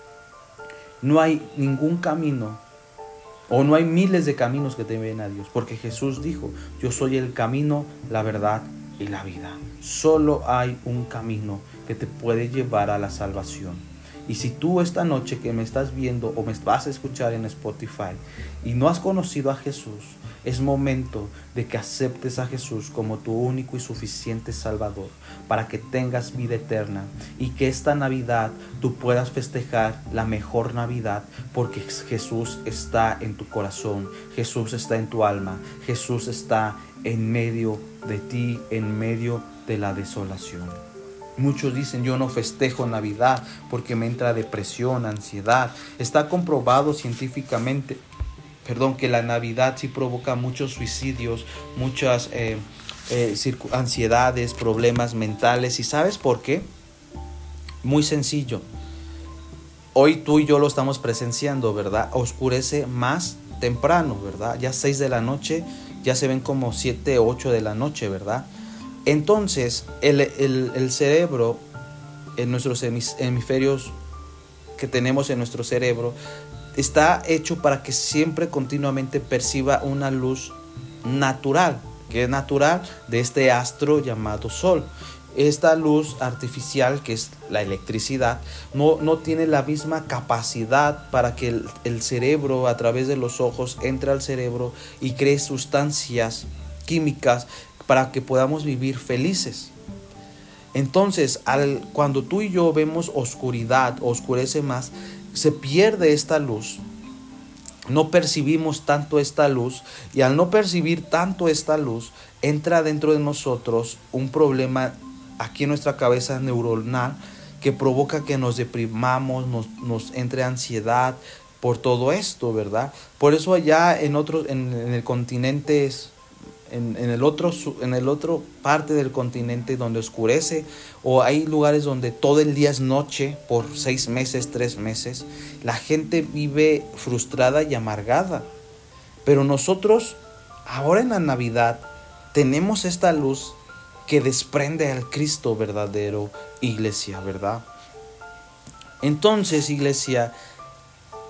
No hay ningún camino, o no hay miles de caminos que te lleven a Dios, porque Jesús dijo: yo soy el camino, la verdad y la vida. Solo hay un camino que te puede llevar a la salvación. Y si tú esta noche que me estás viendo o me vas a escuchar en Spotify y no has conocido a Jesús, es momento de que aceptes a Jesús como tu único y suficiente Salvador, para que tengas vida eterna y que esta Navidad tú puedas festejar la mejor Navidad, porque Jesús está en tu corazón, Jesús está en tu alma, Jesús está en medio de ti, en medio de la desolación. Muchos dicen: yo no festejo Navidad porque me entra depresión, ansiedad. Está comprobado científicamente, perdón, que la Navidad sí provoca muchos suicidios, muchas eh, eh, ansiedades, problemas mentales. ¿Y sabes por qué? Muy sencillo. Hoy tú y yo lo estamos presenciando, ¿verdad? Oscurece más temprano, ¿verdad? Ya seis de la noche, ya se ven como siete, ocho de la noche, ¿verdad? Entonces, el, el, el cerebro, en nuestros hemisferios que tenemos en nuestro cerebro, está hecho para que siempre continuamente perciba una luz natural, que es natural de este astro llamado Sol. Esta luz artificial, que es la electricidad, no, no tiene la misma capacidad para que el, el cerebro, a través de los ojos, entre al cerebro y cree sustancias químicas para que podamos vivir felices. Entonces, al, cuando tú y yo vemos oscuridad, oscurece más, se pierde esta luz, no percibimos tanto esta luz, y al no percibir tanto esta luz, entra dentro de nosotros un problema aquí en nuestra cabeza neuronal que provoca que nos deprimamos, nos, nos entre ansiedad por todo esto, ¿verdad? Por eso allá en otros, en, en el continente En, en el otro en el otro parte del continente donde oscurece, o hay lugares donde todo el día es noche por seis meses, tres meses, la gente vive frustrada y amargada. Pero nosotros ahora en la Navidad tenemos esta luz que desprende al Cristo verdadero, iglesia, ¿verdad? Entonces, iglesia,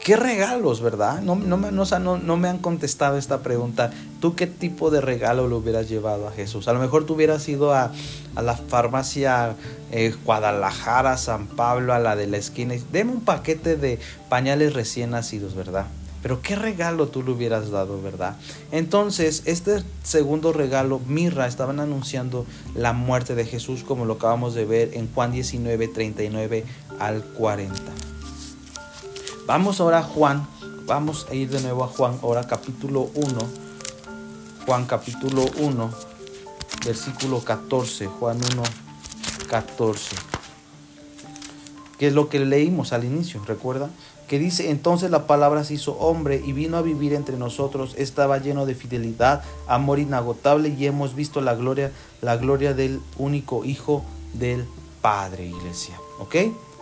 ¿Qué regalos, verdad? No, no, me, no, no, no me han contestado esta pregunta. ¿Tú qué tipo de regalo le hubieras llevado a Jesús? A lo mejor tú hubieras ido a, a la farmacia eh, Guadalajara, San Pablo, a la de la esquina. Deme un paquete de pañales recién nacidos, ¿verdad? Pero ¿qué regalo tú le hubieras dado, verdad? Entonces, este segundo regalo, mirra, estaban anunciando la muerte de Jesús, como lo acabamos de ver en Juan diecinueve, treinta y nueve al cuarenta. Vamos ahora a Juan, vamos a ir de nuevo a Juan, ahora capítulo uno, Juan capítulo uno, versículo catorce, Juan uno, catorce, que es lo que leímos al inicio, ¿recuerda? Que dice, entonces la palabra se hizo hombre y vino a vivir entre nosotros, estaba lleno de fidelidad, amor inagotable, y hemos visto la gloria, la gloria del único Hijo del Padre, iglesia, ¿ok?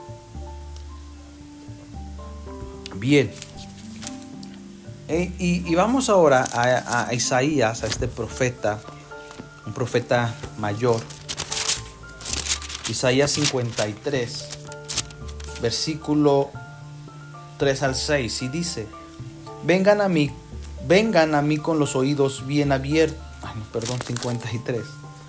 Bien, e, y, y vamos ahora a, a Isaías, a este profeta, un profeta mayor. Isaías cincuenta y tres, versículo tres al seis, y dice, vengan a mí, vengan a mí con los oídos bien abiertos. Ay, no, perdón, cincuenta y tres.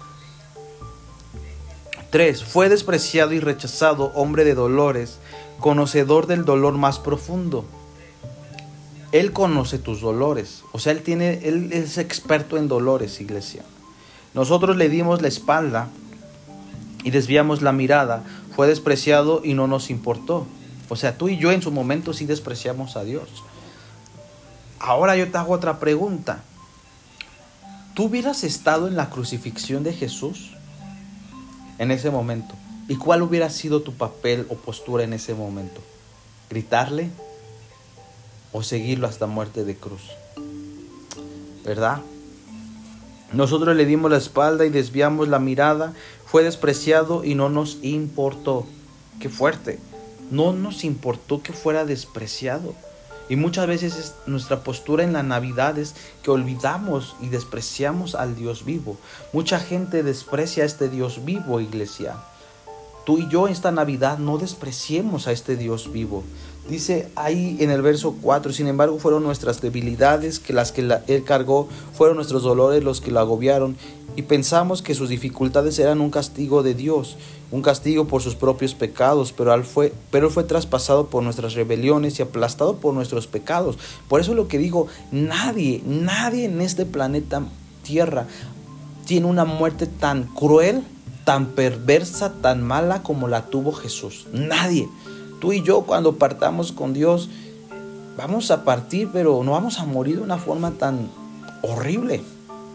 tres. Fue despreciado y rechazado, hombre de dolores, conocedor del dolor más profundo. Él conoce tus dolores, o sea, él tiene, él es experto en dolores, iglesia. Nosotros le dimos la espalda y desviamos la mirada. Fue despreciado y no nos importó. O sea, tú y yo en su momento sí despreciamos a Dios. Ahora yo te hago otra pregunta. ¿Tú hubieras estado en la crucifixión de Jesús en ese momento? ¿Y cuál hubiera sido tu papel o postura en ese momento? ¿Gritarle o seguirlo hasta muerte de cruz? ¿Verdad? Nosotros le dimos la espalda y desviamos la mirada. Fue despreciado y no nos importó. ¡Qué fuerte! No nos importó que fuera despreciado. Y muchas veces es nuestra postura en la Navidad es que olvidamos y despreciamos al Dios vivo. Mucha gente desprecia a este Dios vivo, iglesia. Tú y yo esta Navidad no despreciemos a este Dios vivo. Dice ahí en el verso cuatro, sin embargo fueron nuestras debilidades que las que la, Él cargó, fueron nuestros dolores los que lo agobiaron, y pensamos que sus dificultades eran un castigo de Dios, un castigo por sus propios pecados, pero Él fue, pero él fue traspasado por nuestras rebeliones y aplastado por nuestros pecados. Por eso es lo que digo, nadie, nadie en este planeta Tierra tiene una muerte tan cruel, tan perversa, tan mala como la tuvo Jesús. Nadie. Tú y yo cuando partamos con Dios vamos a partir, pero no vamos a morir de una forma tan horrible.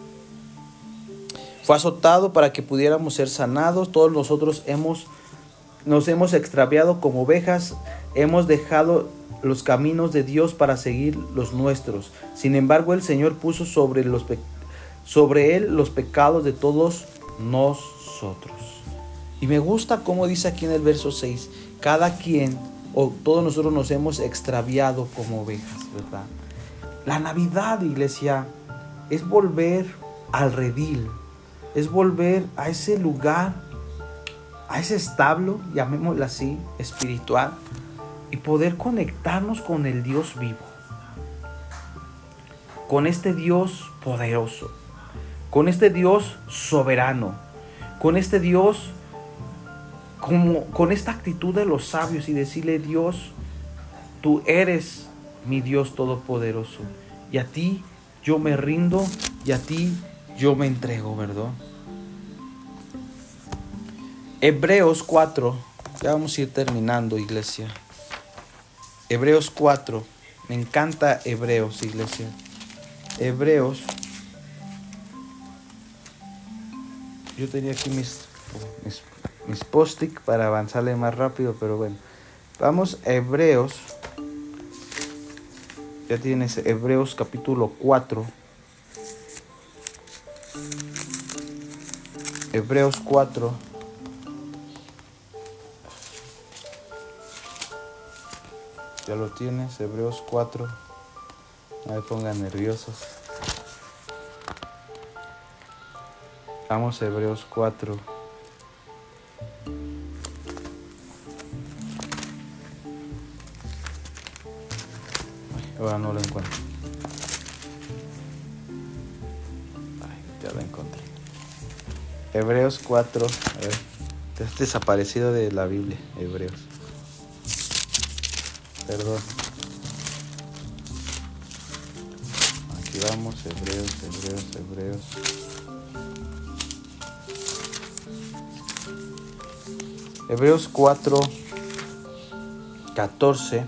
Fue azotado para que pudiéramos ser sanados. Todos nosotros hemos, nos hemos extraviado como ovejas, hemos dejado los caminos de Dios para seguir los nuestros. Sin embargo, el Señor puso sobre, los pe- sobre Él los pecados de todos nosotros. Y me gusta como dice aquí en el verso seis, cada quien o todos nosotros nos hemos extraviado como ovejas, ¿verdad? La Navidad, iglesia, es volver al redil, es volver a ese lugar, a ese establo, llamémoslo así, espiritual, y poder conectarnos con el Dios vivo, con este Dios poderoso, con este Dios soberano, con este Dios como con esta actitud de los sabios y decirle: Dios, tú eres mi Dios todopoderoso, y a ti yo me rindo y a ti yo me entrego, ¿verdad? Hebreos cuatro, ya vamos a ir terminando, iglesia. Hebreos cuatro, me encanta Hebreos, iglesia. Hebreos, yo tenía aquí mis, mis, mis post-it para avanzarle más rápido, pero bueno, vamos a Hebreos. Ya tienes Hebreos capítulo cuatro. Hebreos cuatro. Ya lo tienes, Hebreos cuatro. No me pongan nerviosos. Vamos a Hebreos cuatro. Ahora no lo encuentro. Ay, ya lo encontré. Hebreos cuatro. A ver, está desaparecido de la Biblia. Hebreos. Perdón. Aquí vamos. Hebreos, Hebreos, Hebreos. Hebreos cuatro, catorce.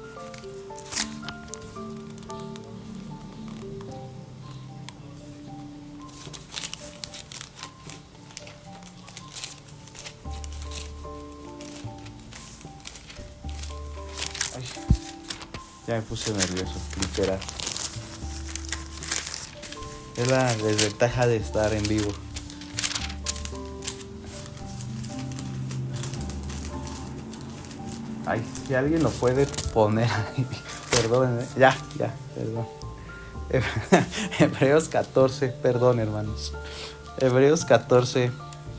Ay, ya me puse nervioso, literal. Es la desventaja de estar en vivo. Ay, si alguien lo puede poner ahí. Perdón, ¿eh? ya, ya, perdón. Hebreos catorce, perdón, hermanos. Hebreos catorce,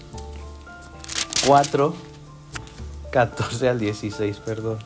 cuatro, catorce al dieciséis, perdón.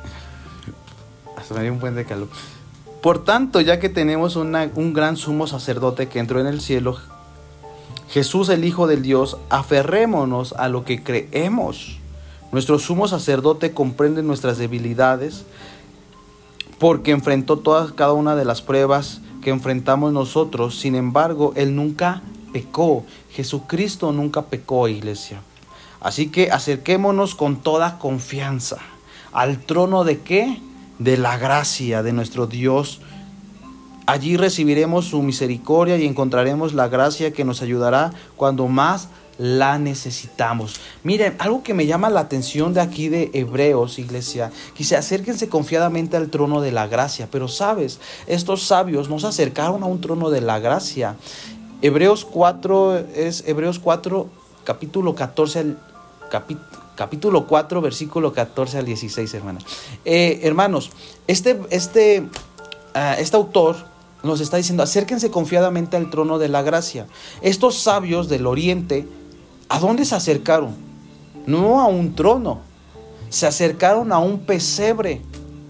Hasta me dio un buen de calor. Por tanto, ya que tenemos una, un gran sumo sacerdote que entró en el cielo, Jesús, el Hijo del Dios, aferrémonos a lo que creemos. Nuestro sumo sacerdote comprende nuestras debilidades porque enfrentó todas, cada una de las pruebas que enfrentamos nosotros. Sin embargo, Él nunca pecó. Jesucristo nunca pecó, iglesia. Así que acerquémonos con toda confianza al trono de ¿qué? De la gracia de nuestro Dios. Allí recibiremos su misericordia y encontraremos la gracia que nos ayudará cuando más la necesitamos. Miren, algo que me llama la atención de aquí de Hebreos, iglesia, que se acérquense confiadamente al trono de la gracia. Pero sabes, estos sabios nos acercaron a un trono de la gracia. Hebreos cuatro es Hebreos cuatro, capítulo catorce al capítulo Capítulo cuatro, versículo catorce al dieciséis, hermanos. Eh, hermanos, este, este, uh, este autor nos está diciendo, acérquense confiadamente al trono de la gracia. Estos sabios del oriente, ¿a dónde se acercaron? No a un trono, se acercaron a un pesebre.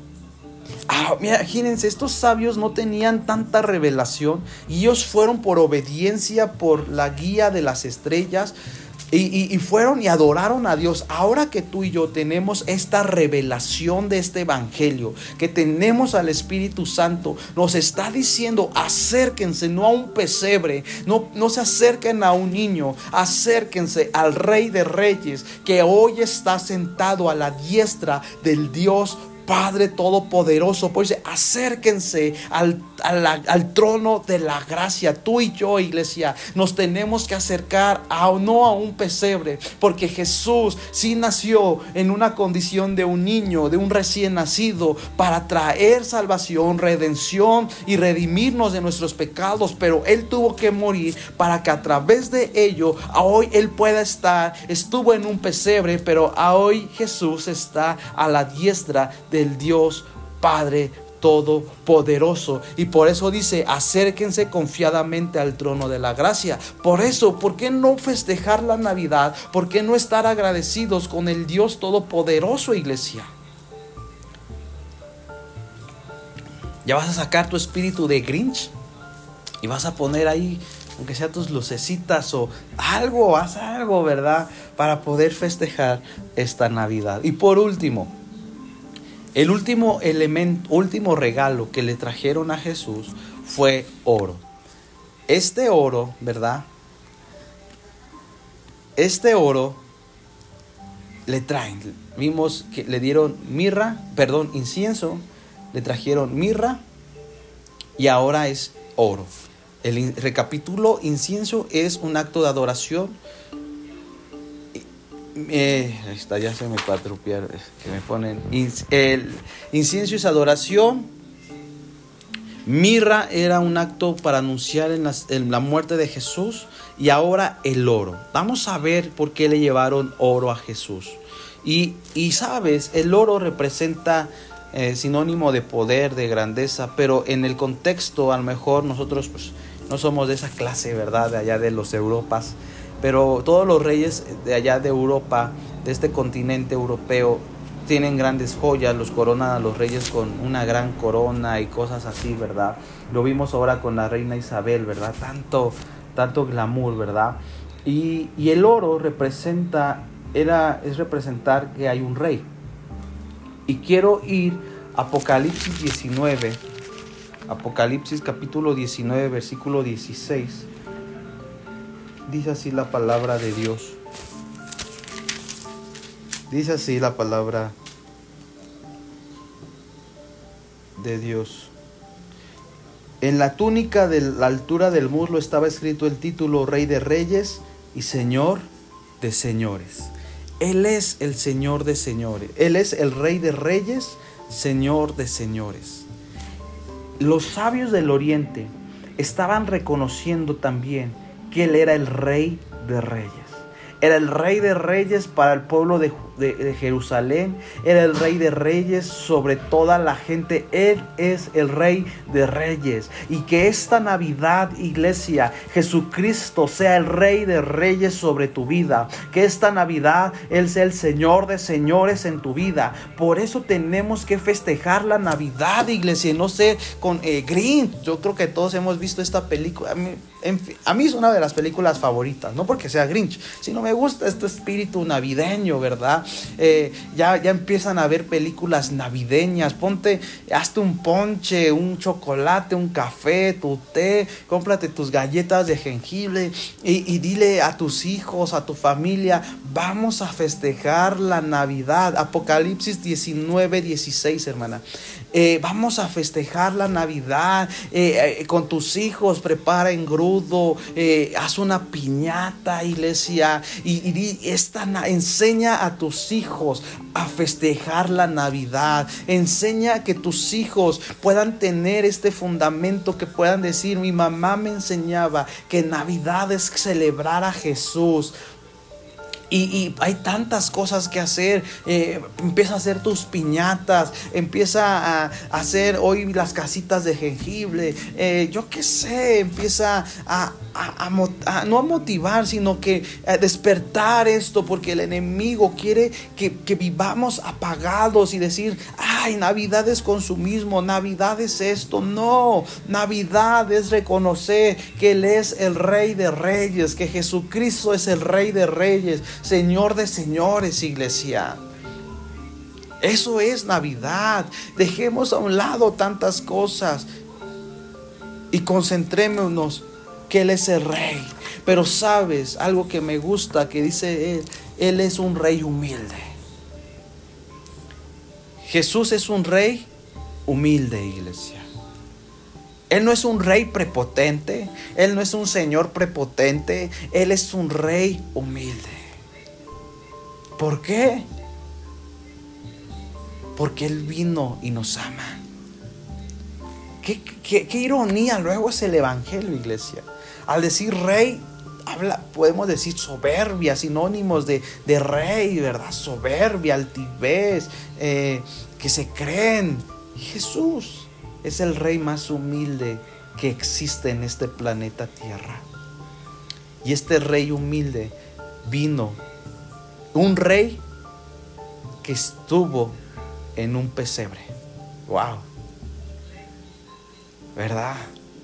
Ah, imagínense, estos sabios no tenían tanta revelación y ellos fueron por obediencia, por la guía de las estrellas. Y, y, y fueron y adoraron a Dios. Ahora que tú y yo tenemos esta revelación de este evangelio, que tenemos al Espíritu Santo, nos está diciendo, acérquense no a un pesebre, no, no se acerquen a un niño, acérquense al Rey de Reyes, que hoy está sentado a la diestra del Dios Padre Todopoderoso. Pues dice, acérquense al, al, al trono de la gracia. Tú y yo, iglesia, nos tenemos que acercar a, no a un pesebre, porque Jesús sí nació en una condición de un niño, de un recién nacido, para traer salvación, redención y redimirnos de nuestros pecados. Pero Él tuvo que morir para que a través de ello a hoy Él pueda estar. Estuvo en un pesebre, pero a hoy Jesús está a la diestra del Dios Padre Todopoderoso. Y por eso dice, acérquense confiadamente al trono de la gracia. Por eso, ¿por qué no festejar la Navidad? ¿Por qué no estar agradecidos con el Dios Todopoderoso, iglesia? Ya vas a sacar tu espíritu de Grinch y vas a poner ahí, aunque sea tus lucecitas o algo, haz algo, ¿verdad? Para poder festejar esta Navidad. Y por último, el último elemento, último regalo que le trajeron a Jesús fue oro. Este oro, ¿verdad? Este oro le traen, vimos que le dieron mirra, perdón, incienso, le trajeron mirra y ahora es oro. El recapitulo, incienso es un acto de adoración. Eh, ahí está, ya se me patropiaron, que me ponen. El incienso es adoración. Mirra era un acto para anunciar en, las, en la muerte de Jesús. Y ahora el oro. Vamos a ver por qué le llevaron oro a Jesús. Y, y sabes, el oro representa eh, sinónimo de poder, de grandeza. Pero en el contexto, a lo mejor nosotros pues, no somos de esa clase, ¿verdad? De allá de los Europas. Pero todos los reyes de allá de Europa, de este continente europeo, tienen grandes joyas, los coronan a los reyes con una gran corona y cosas así, ¿verdad? Lo vimos ahora con la reina Isabel, ¿verdad? Tanto, tanto glamour, ¿verdad? Y, y el oro representa, era, es representar que hay un rey. Y quiero ir a Apocalipsis diecinueve, Apocalipsis capítulo diecinueve, versículo dieciséis. Dice así la palabra de Dios. Dice así la palabra de Dios. En la túnica de la altura del muslo estaba escrito el título Rey de Reyes y Señor de Señores. Él es el Señor de Señores. Él es el Rey de Reyes, Señor de Señores. Los sabios del Oriente estaban reconociendo también que Él era el Rey de Reyes. Era el Rey de Reyes para el pueblo de, de, de Jerusalén. Era el Rey de Reyes sobre toda la gente. Él es el Rey de Reyes. Y que esta Navidad, iglesia, Jesucristo sea el Rey de Reyes sobre tu vida. Que esta Navidad Él sea el Señor de Señores en tu vida. Por eso tenemos que festejar la Navidad, iglesia. No sé, con eh, Grinch. Yo creo que todos hemos visto esta película. A mí, en fin, a mí es una de las películas favoritas. No porque sea Grinch, sino me gusta este espíritu navideño, ¿verdad? Eh, ya, ya empiezan a ver películas navideñas. Ponte, hazte un ponche, un chocolate, un café, tu té, cómprate tus galletas de jengibre y, y dile a tus hijos, a tu familia, vamos a festejar la Navidad. Apocalipsis diecinueve, dieciséis, hermana. Eh, vamos a festejar la Navidad eh, eh, con tus hijos. Prepara engrudo, eh, haz una piñata, iglesia, y, y esta, enseña a tus hijos a festejar la Navidad. Enseña que tus hijos puedan tener este fundamento, que puedan decir, mi mamá me enseñaba que Navidad es celebrar a Jesús. Y, y hay tantas cosas que hacer. Eh, empieza a hacer tus piñatas. Empieza a, a hacer hoy las casitas de jengibre. Eh, yo qué sé. Empieza a, a, a, a no a motivar, sino que a despertar esto. Porque el enemigo quiere que, que vivamos apagados y decir, ay, Navidad es consumismo. Navidad es esto. No. Navidad es reconocer que Él es el Rey de Reyes. Que Jesucristo es el Rey de Reyes, Señor de Señores, iglesia. Eso es Navidad. Dejemos a un lado tantas cosas y concentrémonos que Él es el Rey. Pero sabes, algo que me gusta que dice Él, Él es un Rey humilde. Jesús es un Rey humilde, iglesia. Él no es un rey prepotente. Él no es un señor prepotente. Él es un Rey humilde. ¿Por qué? Porque Él vino y nos ama. Qué, qué, qué ironía luego es el evangelio, iglesia. Al decir rey, habla, podemos decir soberbia, sinónimos de, de rey, ¿verdad? Soberbia, altivez, eh, que se creen. Jesús es el Rey más humilde que existe en este planeta Tierra. Y este Rey humilde vino. Un rey que estuvo en un pesebre. Wow. ¿Verdad?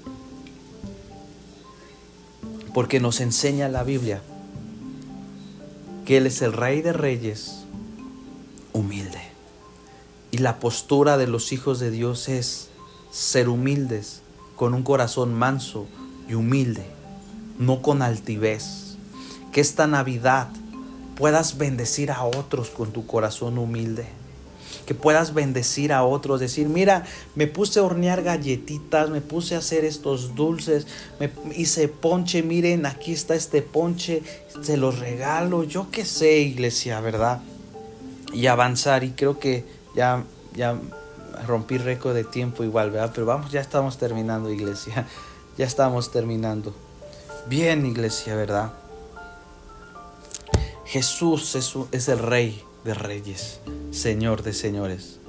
Porque nos enseña la Biblia que Él es el Rey de Reyes, humilde. Y la postura de los hijos de Dios es ser humildes, con un corazón manso y humilde, no con altivez. Que esta Navidad puedas bendecir a otros con tu corazón humilde. Que puedas bendecir a otros. Decir, mira, me puse a hornear galletitas, me puse a hacer estos dulces, me hice ponche, miren, aquí está este ponche, se los regalo. Yo qué sé, iglesia, ¿verdad? Y avanzar. Y creo que ya, ya rompí récord de tiempo igual, ¿verdad? Pero vamos, ya estamos terminando, iglesia. Ya estamos terminando. Bien, iglesia, ¿verdad? Jesús es, es el Rey de Reyes, Señor de Señores.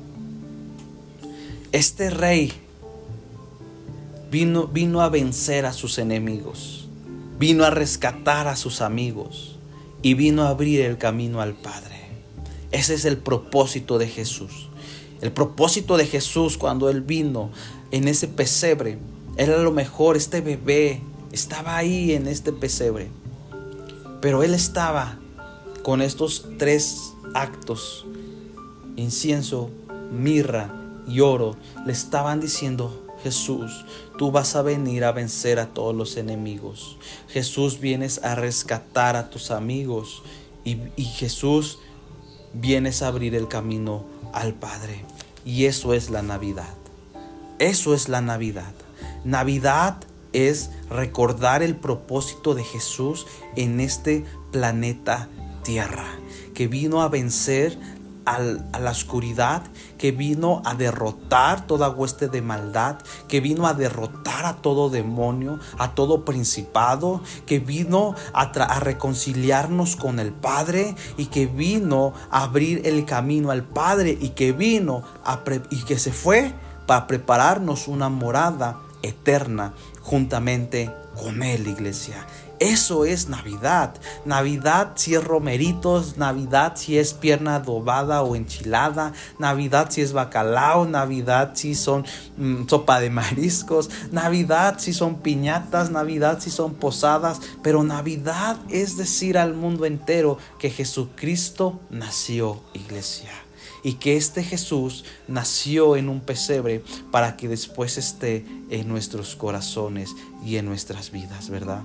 Este Rey vino, vino a vencer a sus enemigos, vino a rescatar a sus amigos y vino a abrir el camino al Padre. Ese es el propósito de Jesús. El propósito de Jesús cuando Él vino en ese pesebre, era lo mejor. Este bebé estaba ahí en este pesebre, pero Él estaba con estos tres actos: incienso, mirra y oro. Le estaban diciendo: Jesús, tú vas a venir a vencer a todos los enemigos. Jesús, vienes a rescatar a tus amigos. Y, y Jesús, vienes a abrir el camino al Padre. Y eso es la Navidad. Eso es la Navidad. Navidad es recordar el propósito de Jesús en este planeta Tierra, que vino a vencer al, a la oscuridad, que vino a derrotar toda hueste de maldad, que vino a derrotar a todo demonio, a todo principado, que vino a, tra- a reconciliarnos con el Padre, y que vino a abrir el camino al Padre, y que vino a pre- y que se fue para prepararnos una morada eterna juntamente con Él, iglesia. Eso es Navidad. Navidad si es romeritos, Navidad si es pierna adobada o enchilada, Navidad si es bacalao, Navidad si son mmm, sopa de mariscos, Navidad si son piñatas, Navidad si son posadas. Pero Navidad es decir al mundo entero que Jesucristo nació, iglesia. Y que este Jesús nació en un pesebre para que después esté en nuestros corazones y en nuestras vidas, ¿verdad?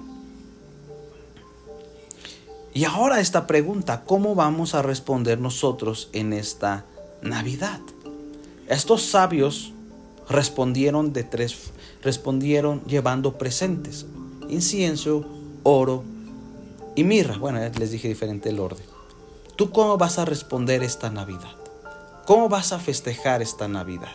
Y ahora esta pregunta: ¿cómo vamos a responder nosotros en esta Navidad? Estos sabios respondieron de tres, respondieron llevando presentes: incienso, oro y mirra. Bueno, les dije diferente el orden. ¿Tú cómo vas a responder esta Navidad? ¿Cómo vas a festejar esta Navidad?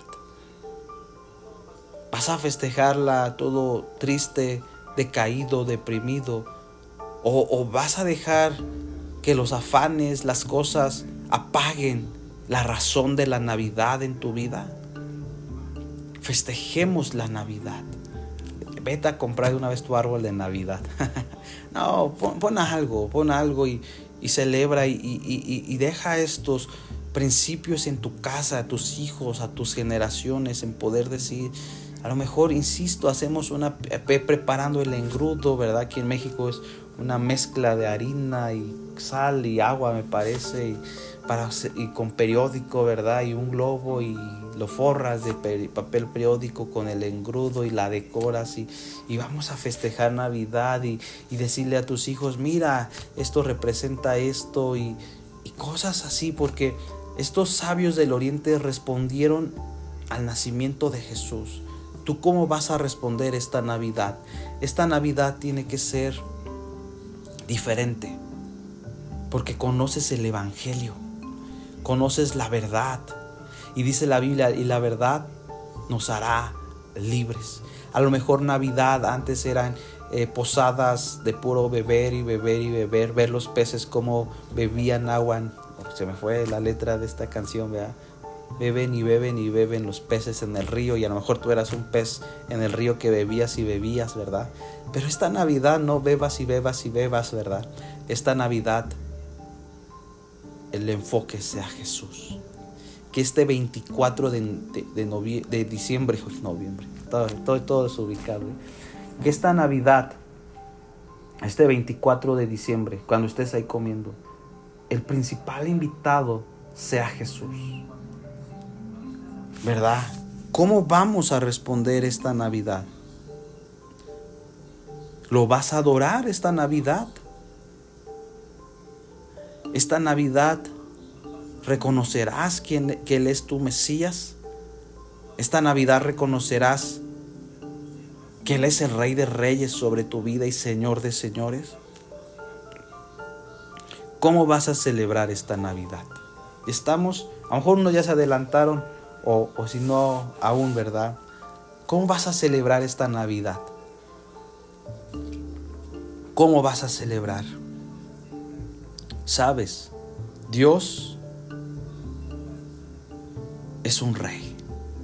¿Vas a festejarla todo triste, decaído, deprimido? ¿O, o vas a dejar que los afanes, las cosas apaguen la razón de la Navidad en tu vida? Festejemos la Navidad. Vete a comprar de una vez tu árbol de Navidad. No, pon, pon algo, pon algo y, y celebra y, y, y, y deja estos principios en tu casa, a tus hijos, a tus generaciones, en poder decir: a lo mejor, insisto, hacemos una preparando el engrudo, ¿verdad? Aquí en México es una mezcla de harina y sal y agua, me parece, y, para, y con periódico, ¿verdad? Y un globo, y lo forras de peri, papel periódico con el engrudo y la decoras, y, y vamos a festejar Navidad y, y decirle a tus hijos: mira, esto representa esto, y, y cosas así, porque estos sabios del Oriente respondieron al nacimiento de Jesús. ¿Tú cómo vas a responder esta Navidad? Esta Navidad tiene que ser diferente, porque conoces el Evangelio, conoces la verdad, y dice la Biblia: y la verdad nos hará libres. A lo mejor Navidad antes eran eh, posadas de puro beber y beber y beber, ver los peces como bebían agua. Se me fue la letra de esta canción, ¿verdad? Beben y beben y beben los peces en el río, y a lo mejor tú eras un pez en el río que bebías y bebías, ¿verdad? Pero esta Navidad no bebas y bebas y bebas, ¿verdad? Esta Navidad el enfoque sea Jesús. Que este veinticuatro de, de, de, novie, de diciembre, noviembre, todo, todo, todo es ubicado, ¿eh? Que esta Navidad, este veinticuatro de diciembre, cuando estés ahí comiendo, el principal invitado sea Jesús, ¿verdad? ¿Cómo vamos a responder esta Navidad? ¿Lo vas a adorar esta Navidad? Esta Navidad, ¿reconocerás quién, que Él es tu Mesías? Esta Navidad reconocerás que Él es el Rey de Reyes sobre tu vida y Señor de Señores. ¿Cómo vas a celebrar esta Navidad? Estamos, a lo mejor unos ya se adelantaron, o, o si no aún, ¿verdad? ¿Cómo vas a celebrar esta Navidad? ¿Cómo vas a celebrar? Sabes, Dios es un rey,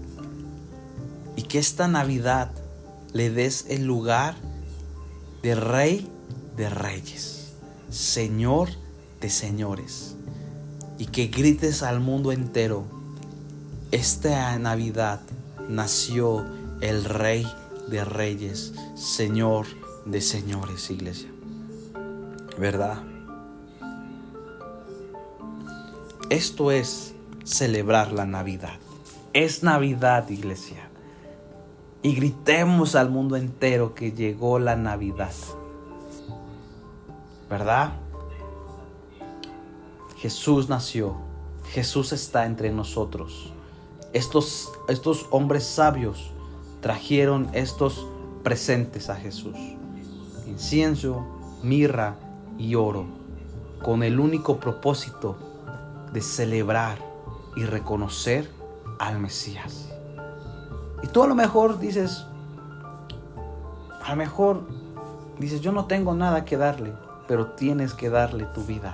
y que esta Navidad le des el lugar de Rey de Reyes, Señor de Señores, y que grites al mundo entero: esta Navidad nació el Rey de Reyes, Señor de Señores, iglesia. ¿Verdad? Esto es celebrar la Navidad. Es Navidad, iglesia. Y gritemos al mundo entero que llegó la Navidad. ¿Verdad? Jesús nació. Jesús está entre nosotros. Estos, estos hombres sabios trajeron estos presentes a Jesús: incienso, mirra y oro, con el único propósito de celebrar y reconocer al Mesías. Y tú a lo mejor dices, a lo mejor dices, yo no tengo nada que darle, pero tienes que darle tu vida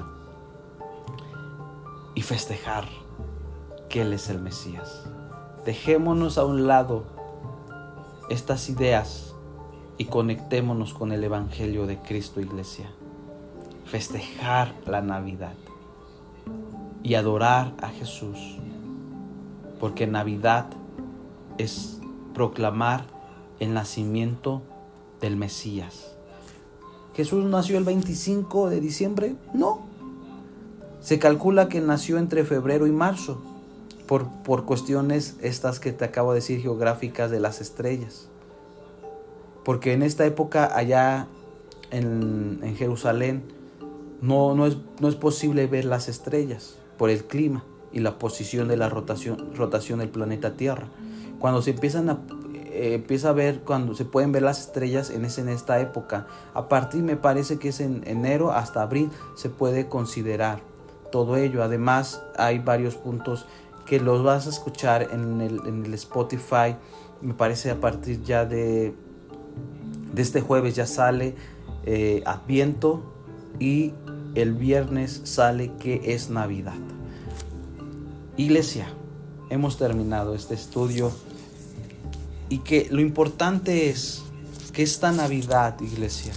y festejar que Él es el Mesías. Dejémonos a un lado estas ideas y conectémonos con el Evangelio de Cristo, iglesia. Festejar la Navidad y adorar a Jesús, porque Navidad es proclamar el nacimiento del Mesías. ¿Jesús nació el veinticinco de diciembre? No. Se calcula que nació entre febrero y marzo, por, por cuestiones estas que te acabo de decir, geográficas de las estrellas. Porque en esta época allá en, en Jerusalén no, no, es, no es posible ver las estrellas por el clima y la posición de la rotación, rotación del planeta Tierra. Cuando se empiezan a eh, empieza a ver, cuando se pueden ver las estrellas en, ese, en esta época, a partir, me parece que es en enero hasta abril, se puede considerar todo ello. Además, hay varios puntos que los vas a escuchar en el, en el Spotify. Me parece a partir ya de, de este jueves ya sale eh, Adviento, y el viernes sale que es Navidad. Iglesia, hemos terminado este estudio, y que lo importante es que esta Navidad, iglesia,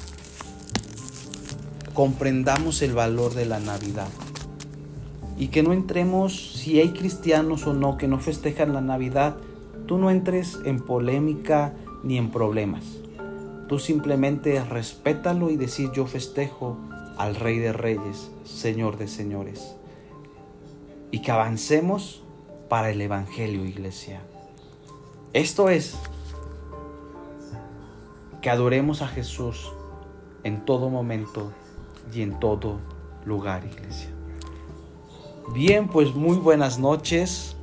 comprendamos el valor de la Navidad, y que no entremos, si hay cristianos o no que no festejan la Navidad, tú no entres en polémica ni en problemas. Tú simplemente respétalo y decir: yo festejo al Rey de Reyes, Señor de Señores. Y que avancemos para el Evangelio, iglesia. Esto es, que adoremos a Jesús en todo momento y en todo lugar, iglesia. Bien, pues muy buenas noches.